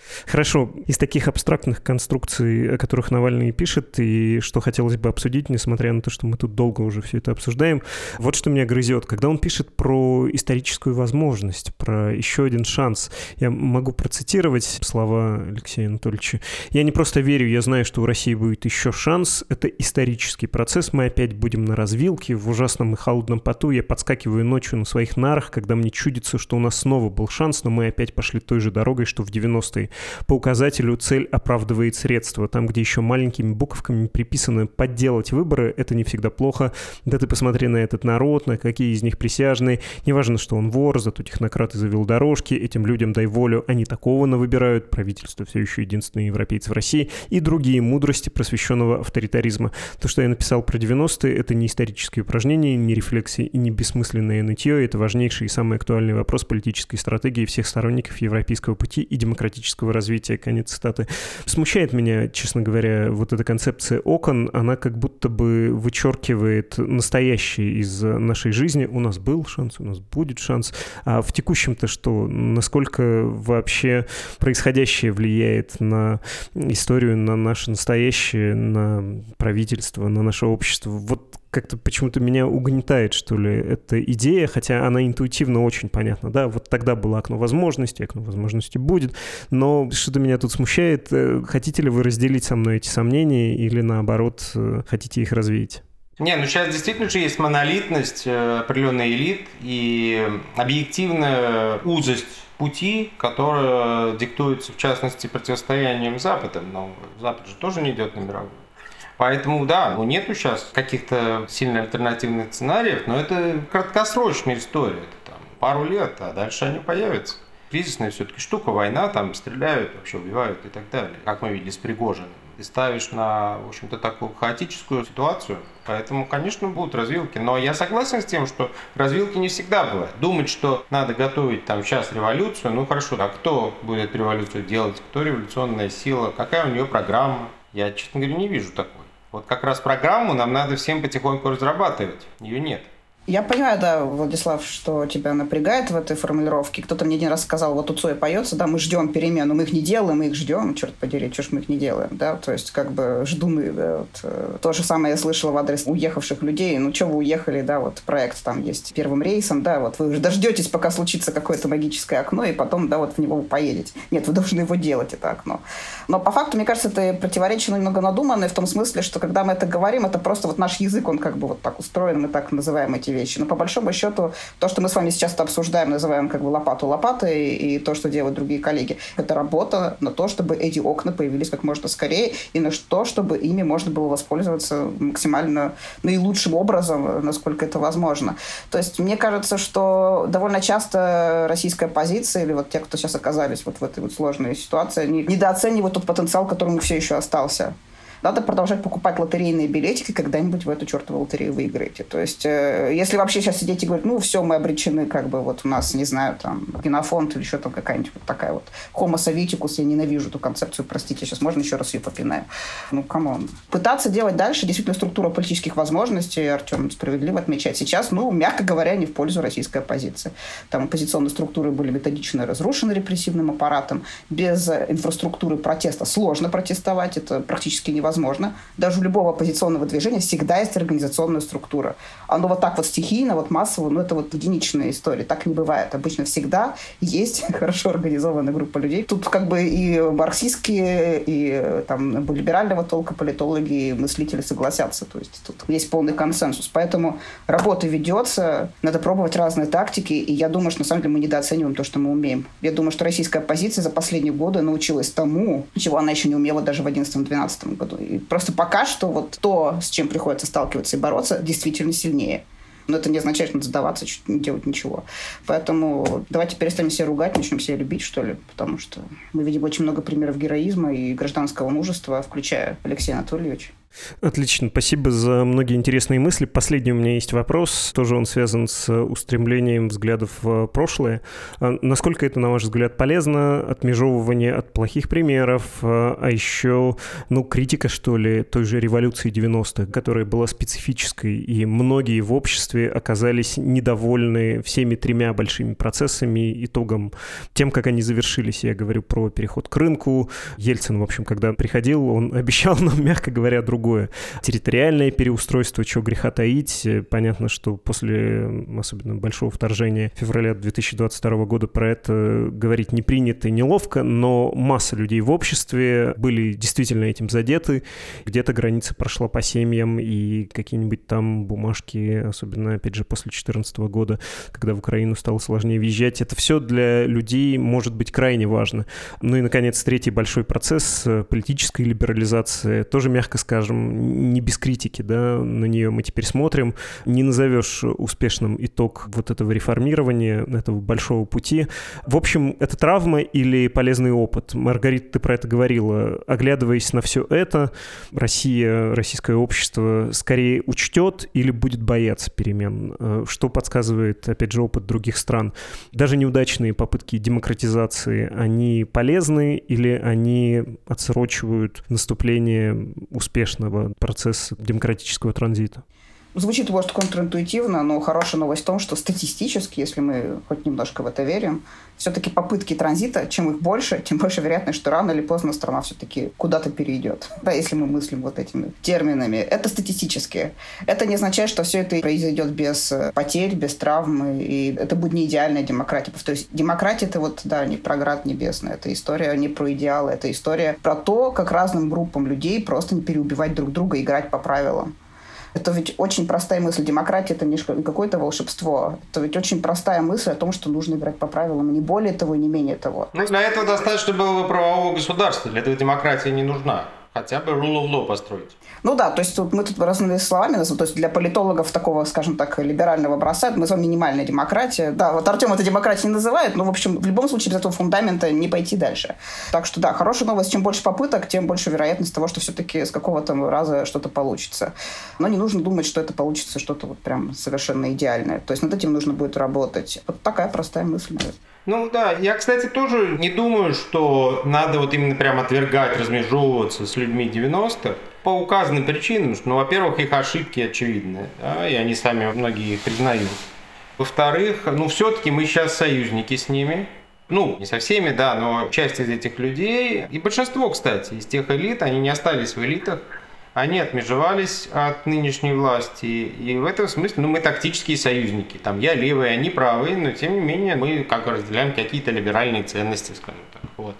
Хорошо. Из таких абстрактных конструкций, о которых Навальный пишет, и что хотелось бы обсудить, несмотря на то, что мы тут долго уже все это обсуждаем, вот что меня грызет. Когда он пишет про историческую возможность, про еще один шанс, я могу процитировать слова Алексея Анатольевича. «Я не просто верю, я знаю, что у России будет еще шанс. Это исторический процесс. Мы опять будем на развилке. В ужасном и холодном поту я подскакиваю ночью на своих нарах, когда мне чудится, что у нас снова был шанс, но мы опять пошли той же дорогой, что в девяностые. По указателю цель оправдывает средства. Там, где еще маленькими буковками приписано «подделать выборы», это не всегда плохо. Да ты посмотри на этот народ, на какие из них присяжные. Неважно, что он вор, зато технократ и завел дорожки. Этим людям дай волю, они такого навыбирают. Правительство все еще единственные европейцы в России. И другие мудрости просвещенного авторитаризма. То, что я написал про девяностые, это не исторические упражнения, не рефлексии и не бессмысленное нытье. Это важнейший и самый актуальный вопрос политической стратегии всех сторонников европейского пути и демократического развития». Конец цитаты. Смущает меня, честно говоря, вот эта концепция окон. Она как будто бы вычеркивает настоящее из нашей жизни. У нас был шанс, у нас будет шанс. А в текущем-то что? Насколько вообще происходящее влияет на историю, на наше настоящее, на правительство, на наше общество? Вот как-то почему-то меня угнетает, что ли, эта идея, хотя она интуитивно очень понятна, да, вот тогда было окно возможностей, окно возможностей будет, но что-то меня тут смущает. Хотите ли вы разделить со мной эти сомнения или, наоборот, хотите их развеять? Не, ну сейчас действительно же есть монолитность определенной элит и объективная узость пути, которая диктуется, в частности, противостоянием с Западом, но Запад же тоже не идет на мировую. Поэтому, да, ну нету сейчас каких-то сильно альтернативных сценариев, но это краткосрочная история, это там пару лет, а дальше они появятся. Кризисная все-таки штука, война, там стреляют, вообще убивают и так далее, как мы видели с Пригожиным. Ты ставишь на, в общем-то, такую хаотическую ситуацию, поэтому, конечно, будут развилки. Но я согласен с тем, что развилки не всегда бывают. Думать, что надо готовить там сейчас революцию, ну хорошо, а кто будет революцию делать, кто революционная сила, какая у нее программа? Я, честно говоря, не вижу такой. Вот как раз программу нам надо всем потихоньку разрабатывать. Ее нет. Я понимаю, да, Владислав, что тебя напрягает в этой формулировке. Кто-то мне один раз сказал, вот у Цоя поется, да, мы ждем перемен, но мы их не делаем, мы их ждем, черт подери, что ж мы их не делаем, да, то есть как бы ждуны, да, вот. То же самое я слышала в адрес уехавших людей, ну что вы уехали, да, вот проект там есть первым рейсом, да, вот вы уже дождетесь, пока случится какое-то магическое окно, и потом, да, вот в него вы поедете. Нет, вы должны его делать, это окно. Но по факту, мне кажется, это противоречие немного надуманное в том смысле, что когда мы это говорим, это просто вот наш язык, он как бы вот так устроен, мы так называем эти вещи. Но по большому счету, то, что мы с вами сейчас обсуждаем, называем как бы лопату лопатой, и то, что делают другие коллеги, это работа на то, чтобы эти окна появились как можно скорее, и на то, чтобы ими можно было воспользоваться максимально наилучшим образом, насколько это возможно. То есть мне кажется, что довольно часто российская позиция, или вот те, кто сейчас оказались вот в этой вот сложной ситуации, они недооценивают тот потенциал, который у них все еще остался. Надо продолжать покупать лотерейные билетики, когда-нибудь в эту чертову лотерею выиграете. То есть, э, если вообще сейчас сидеть и говорить, ну, все, мы обречены, как бы, вот у нас, не знаю, там, генофонд или что там какая-нибудь вот такая вот homo soviticus, я ненавижу эту концепцию, простите, сейчас можно еще раз ее попинаю. Ну, камон. Пытаться делать дальше, действительно, структура политических возможностей, Артем справедливо отмечает, сейчас, ну, мягко говоря, не в пользу российской оппозиции. Там оппозиционные структуры были методично разрушены репрессивным аппаратом. Без инфраструктуры протеста сложно протестовать, это практически невозможно. Возможно. Даже у любого оппозиционного движения всегда есть организационная структура. Оно вот так вот стихийно, вот массово, ну это вот единичная история. Так не бывает. Обычно всегда есть хорошо организованная группа людей. Тут как бы и марксистские, и там либерального толка политологи и мыслители согласятся. То есть тут есть полный консенсус. Поэтому работа ведется, надо пробовать разные тактики, и я думаю, что на самом деле мы недооцениваем то, что мы умеем. Я думаю, что российская оппозиция за последние годы научилась тому, чего она еще не умела даже в одиннадцатом-двенадцатом году. И просто пока что вот то, с чем приходится сталкиваться и бороться, действительно сильнее. Но это не означает, что надо сдаваться, не делать ничего. Поэтому давайте перестанем себя ругать, начнем себя любить, что ли. Потому что мы видим очень много примеров героизма и гражданского мужества, включая Алексея Анатольевича. Отлично, спасибо за многие интересные мысли. Последний у меня есть вопрос, тоже он связан с устремлением взглядов в прошлое. Насколько это, на ваш взгляд, полезно? Отмежевывание от плохих примеров, а еще, ну, критика, что ли, той же революции девяностых, которая была специфической, и многие в обществе оказались недовольны всеми тремя большими процессами, итогом, тем, как они завершились. Я говорю про переход к рынку. Ельцин, в общем, когда приходил, он обещал нам, мягко говоря, другое. Территориальное переустройство, чего греха таить. Понятно, что после особенно большого вторжения февраля две тысячи двадцать второго года про это говорить не принято и неловко, но масса людей в обществе были действительно этим задеты. Где-то граница прошла по семьям, и какие-нибудь там бумажки, особенно, опять же, после две тысячи четырнадцатого года, когда в Украину стало сложнее въезжать, это все для людей может быть крайне важно. Ну и, наконец, третий большой процесс — политической либерализации, тоже, мягко скажем, не без критики, да, на нее мы теперь смотрим. Не назовешь успешным итог вот этого реформирования, этого большого пути. В общем, это травма или полезный опыт? Маргарита, ты про это говорила. Оглядываясь на все это, Россия, российское общество скорее учтет или будет бояться перемен? Что подсказывает, опять же, опыт других стран? Даже неудачные попытки демократизации, они полезны или они отсрочивают наступление успешного процесса демократического транзита? Звучит, может, контринтуитивно, но хорошая новость в том, что статистически, если мы хоть немножко в это верим, все-таки попытки транзита, чем их больше, тем больше вероятность, что рано или поздно страна все-таки куда-то перейдет. Да, если мы мыслим вот этими терминами. Это статистически. Это не означает, что все это произойдет без потерь, без травм, и это будет не идеальная демократия. То есть демократия — это вот, да, не про град небесный, это история не про идеалы, это история про то, как разным группам людей просто не переубивать друг друга, играть по правилам. Это ведь очень простая мысль. Демократия — это не какое-то волшебство. Это ведь очень простая мысль о том, что нужно играть по правилам. И не более того, и не менее того. Ну, для этого достаточно было бы правового государства. Для этого демократия не нужна. Хотя бы rule of law построить. Ну да, то есть вот мы тут разными словами называем. То есть для политологов такого, скажем так, либерального образца мы называем минимальная демократия. Да, вот Артем это демократией не называет, но, в общем, в любом случае без этого фундамента не пойти дальше. Так что да, хорошая новость. Чем больше попыток, тем больше вероятность того, что все-таки с какого-то раза что-то получится. Но не нужно думать, что это получится что-то вот прям совершенно идеальное. То есть над этим нужно будет работать. Вот такая простая мысль, наверное. Ну да, я, кстати, тоже не думаю, что надо вот именно прям отвергать, размежевываться с людьми девяностых по указанным причинам, что, ну, во-первых, их ошибки очевидны, да, и они сами многие их признают. Во-вторых, ну, все-таки мы сейчас союзники с ними. Ну, не со всеми, да, но часть из этих людей, и большинство, кстати, из тех элит, они не остались в элитах, они отмежевались от нынешней власти, и в этом смысле, ну, мы тактические союзники. Там я левый, они правые, но тем не менее мы как бы разделяем какие-то либеральные ценности, скажем так. Вот.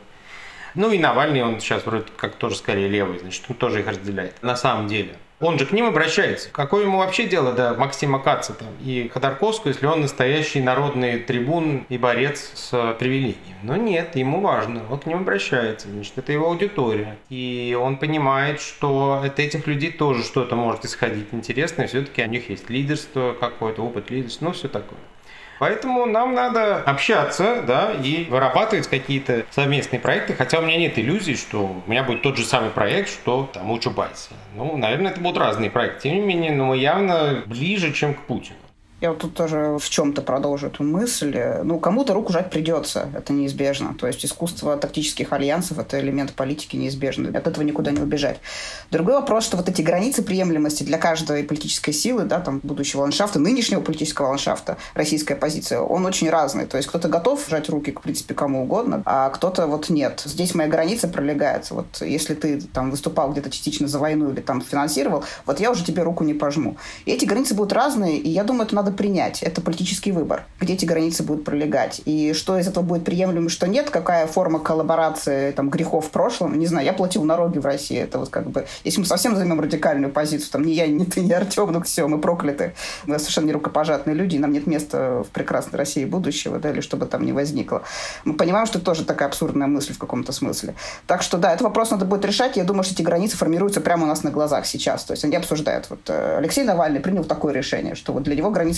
Ну и Навальный, он сейчас вроде как тоже скорее левый, значит, он тоже их разделяет. На самом деле. Он же к ним обращается. Какое ему вообще дело до Максима Каца там, и Ходорковского, если он настоящий народный трибун и борец с привилегиями? Но нет, ему важно. Он к ним обращается. Значит, это его аудитория. И он понимает, что от этих людей тоже что-то может исходить интересное. Все-таки у них есть лидерство какое-то, опыт лидерства, ну все такое. Поэтому нам надо общаться, да, и вырабатывать какие-то совместные проекты. Хотя у меня нет иллюзий, что у меня будет тот же самый проект, что там у Чубайса. Ну, наверное, это будут разные проекты. Тем не менее, но мы явно ближе, чем к Путину. Я вот тут тоже в чем-то продолжу эту мысль. Ну, кому-то руку жать придется, это неизбежно. То есть искусство тактических альянсов – это элемент политики неизбежный. От этого никуда не убежать. Другой вопрос, что вот эти границы приемлемости для каждой политической силы, да, там, будущего ландшафта, нынешнего политического ландшафта, российская позиция, он очень разный. То есть кто-то готов жать руки, в принципе, кому угодно, а кто-то вот нет. Здесь моя граница пролегается. Вот если ты там выступал где-то частично за войну или там финансировал, вот я уже тебе руку не пожму. И эти границы будут разные, и я думаю, это надо принять. Это политический выбор, где эти границы будут пролегать. И что из этого будет приемлемо, что нет, какая форма коллаборации там, грехов в прошлом, не знаю, я платил налоги в России. Это вот как бы, если мы совсем займем радикальную позицию, там, ни я, ни ты, ни Артем, ну все, мы прокляты. Мы совершенно не рукопожатные люди, и нам нет места в прекрасной России будущего, да, или чтобы там не возникло. Мы понимаем, что это тоже такая абсурдная мысль в каком-то смысле. Так что, да, этот вопрос надо будет решать. Я думаю, что эти границы формируются прямо у нас на глазах сейчас. То есть они обсуждают. Вот Алексей Навальный принял такое решение, что вот для него границы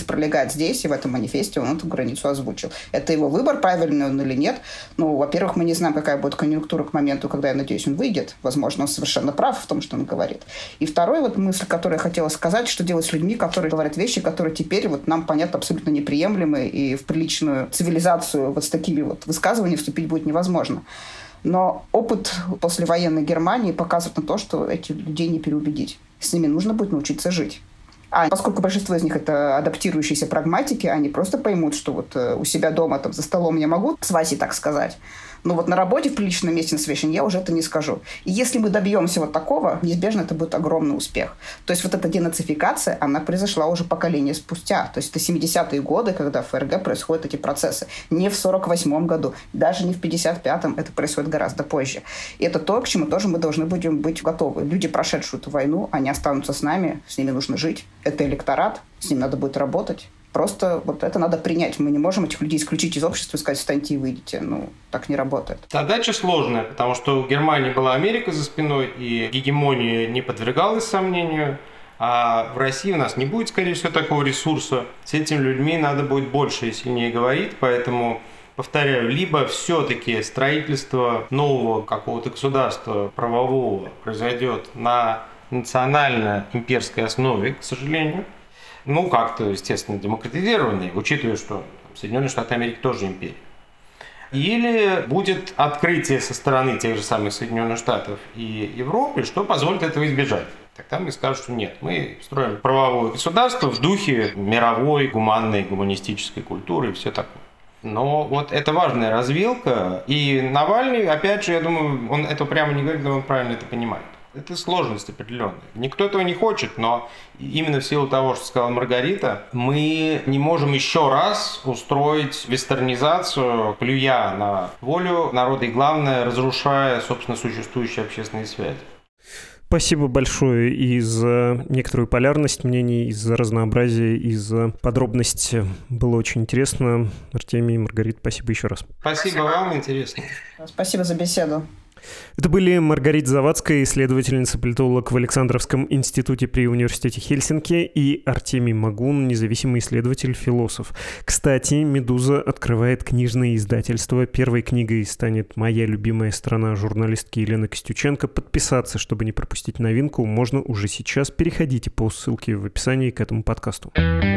граница пролегает здесь, и в этом манифесте он эту границу озвучил. Это его выбор, правильный он или нет. Ну, во-первых, мы не знаем, какая будет конъюнктура к моменту, когда, я надеюсь, он выйдет. Возможно, он совершенно прав в том, что он говорит. И второй вот мысль, которую я хотела сказать, что делать с людьми, которые говорят вещи, которые теперь вот нам, понятно, абсолютно неприемлемы, и в приличную цивилизацию вот с такими вот высказываниями вступить будет невозможно. Но опыт послевоенной Германии показывает на то, что этих людей не переубедить. С ними нужно будет научиться жить. А поскольку большинство из них это адаптирующиеся прагматики, они просто поймут, что вот у себя дома там, за столом я могу с Васей так сказать, но вот на работе в приличном месте на совещании я уже это не скажу. И если мы добьемся вот такого, неизбежно это будет огромный успех. То есть вот эта денацификация, она произошла уже поколение спустя. То есть это семидесятые годы, когда в ФРГ происходят эти процессы. Не в сорок восьмом году, даже не в пятьдесят пятом, это происходит гораздо позже. И это то, к чему тоже мы должны будем быть готовы. Люди, прошедшие эту войну, они останутся с нами, с ними нужно жить. Это электорат, с ним надо будет работать. Просто вот это надо принять. Мы не можем этих людей исключить из общества и сказать, встаньте и выйдите. Ну, так не работает. Задача сложная, потому что у Германии была Америка за спиной, и гегемония не подвергалась сомнению. А в России у нас не будет, скорее всего, такого ресурса. С этими людьми надо будет больше и сильнее говорить, поэтому... Повторяю, либо все-таки строительство нового какого-то государства правового произойдет на национально-имперской основе, к сожалению, ну, как-то, естественно, демократизированный, учитывая, что Соединенные Штаты Америки тоже империя. Или будет открытие со стороны тех же самых Соединенных Штатов и Европы, что позволит этого избежать. Тогда мы скажем, что нет, мы строим правовое государство в духе мировой, гуманной, гуманистической культуры и все такое. Но вот это важная развилка, и Навальный, опять же, я думаю, он это прямо не говорит, но он правильно это понимает. Это сложность определенная. Никто этого не хочет, но именно в силу того, что сказала Маргарита, мы не можем еще раз устроить вестернизацию, плюя на волю народа и, главное, разрушая, собственно, существующие общественные связи. Спасибо большое и за некоторую полярность мнений, и за разнообразие, и за подробности. Было очень интересно. Артемий, Маргарита, спасибо еще раз. Спасибо вам, интересно. Спасибо за беседу. Это были Маргарита Завадская, исследовательница-политолог в Александровском институте при Университете Хельсинки, и Артемий Магун, независимый исследователь-философ. Кстати, «Медуза» открывает книжное издательство. Первой книгой станет «Моя любимая страна» журналистки Елены Костюченко. Подписаться, чтобы не пропустить новинку, можно уже сейчас. Переходите по ссылке в описании к этому подкасту.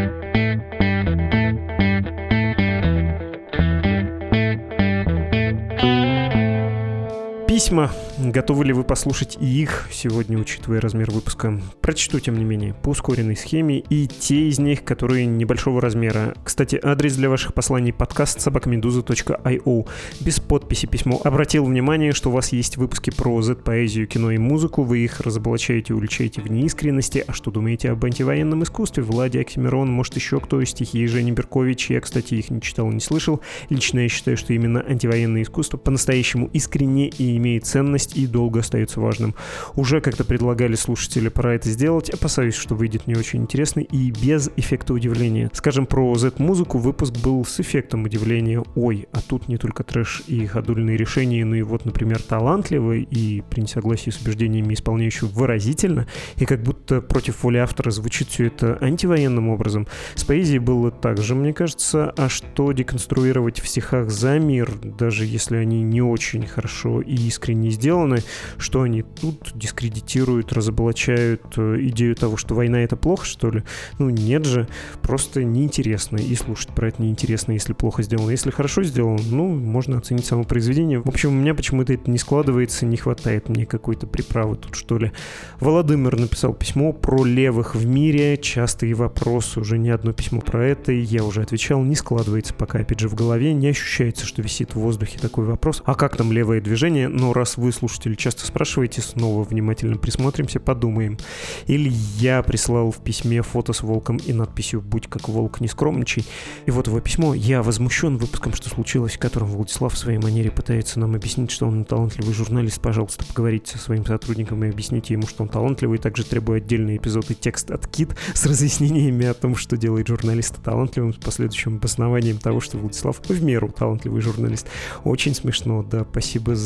Письма. Готовы ли вы послушать и их сегодня, учитывая размер выпуска? Прочту, тем не менее, по ускоренной схеме и те из них, которые небольшого размера. Кстати, адрес для ваших посланий — подкаст собака медуза точка ай о. Без подписи письмо. Обратил внимание, что у вас есть выпуски про зет-поэзию, кино и музыку. Вы их разоблачаете, уличаете в неискренности. А что думаете об антивоенном искусстве? Влади Оксимирон, может еще кто? Стихи Жени Беркович. Я, кстати, их не читал, не слышал. Лично я считаю, что именно антивоенное искусство по-настоящему искренне и имеет ценность и долго остается важным. Уже как-то предлагали слушатели про это сделать. Опасаюсь, что выйдет не очень интересно и без эффекта удивления. Скажем, про зет-музыку выпуск был с эффектом удивления. Ой, а тут не только трэш и ходульные решения, но и вот, например, талантливый и при несогласии с убеждениями исполняющего выразительно, и как будто против воли автора звучит все это антивоенным образом. С поэзией было так же, мне кажется. А что деконструировать в стихах за мир, даже если они не очень хорошо и искренне сделаны, что они тут дискредитируют, разоблачают идею того, что война — это плохо, что ли? Ну, нет же, просто неинтересно, и слушать про это неинтересно, если плохо сделано. Если хорошо сделано, ну, можно оценить само произведение. В общем, у меня почему-то это не складывается, не хватает мне какой-то приправы тут, что ли. Владимир написал письмо про левых в мире, частый вопрос, уже не одно письмо про это, и я уже отвечал, не складывается пока, опять же, в голове, не ощущается, что висит в воздухе такой вопрос. А как там левое движение? Но раз вы, слушатели, часто спрашиваете, снова внимательно присмотримся, подумаем. Или я прислал в письме фото с волком и надписью «Будь как волк, не скромничай». И вот его письмо. Я возмущен выпуском, что случилось, в котором Владислав в своей манере пытается нам объяснить, что он талантливый журналист. Пожалуйста, поговорите со своим сотрудником и объясните ему, что он талантливый. Также требую отдельный эпизод и текст от Кит с разъяснениями о том, что делает журналиста талантливым, с последующим обоснованием того, что Владислав в меру талантливый журналист. Очень смешно, да. Спасибо за ваш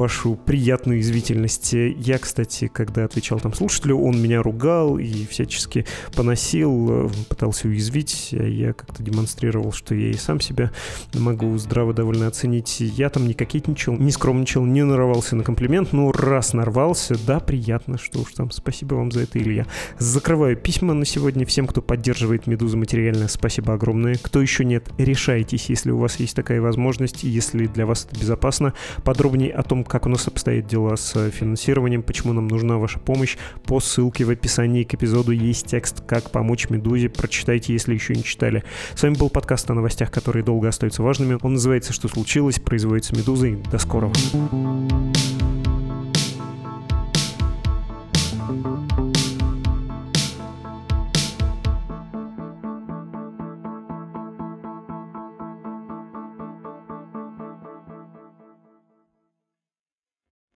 вашу приятную язвительность. Я, кстати, когда отвечал там слушателю, он меня ругал и всячески поносил, пытался уязвить. Я как-то демонстрировал, что я и сам себя могу здраво довольно оценить. Я там не кокетничал, не скромничал, не нарывался на комплимент. Ну, раз нарвался, да, приятно, что уж там. Спасибо вам за это, Илья. Закрываю письма на сегодня. Всем, кто поддерживает «Медузу» материально, спасибо огромное. Кто еще нет, решайтесь, если у вас есть такая возможность, если для вас это безопасно. Подробнее о том, как у нас обстоят дела с финансированием, почему нам нужна ваша помощь, по ссылке в описании к эпизоду есть текст «Как помочь Медузе». Прочитайте, если еще не читали. С вами был подкаст о новостях, которые долго остаются важными. Он называется «Что случилось?», производится Медузой. До скорого.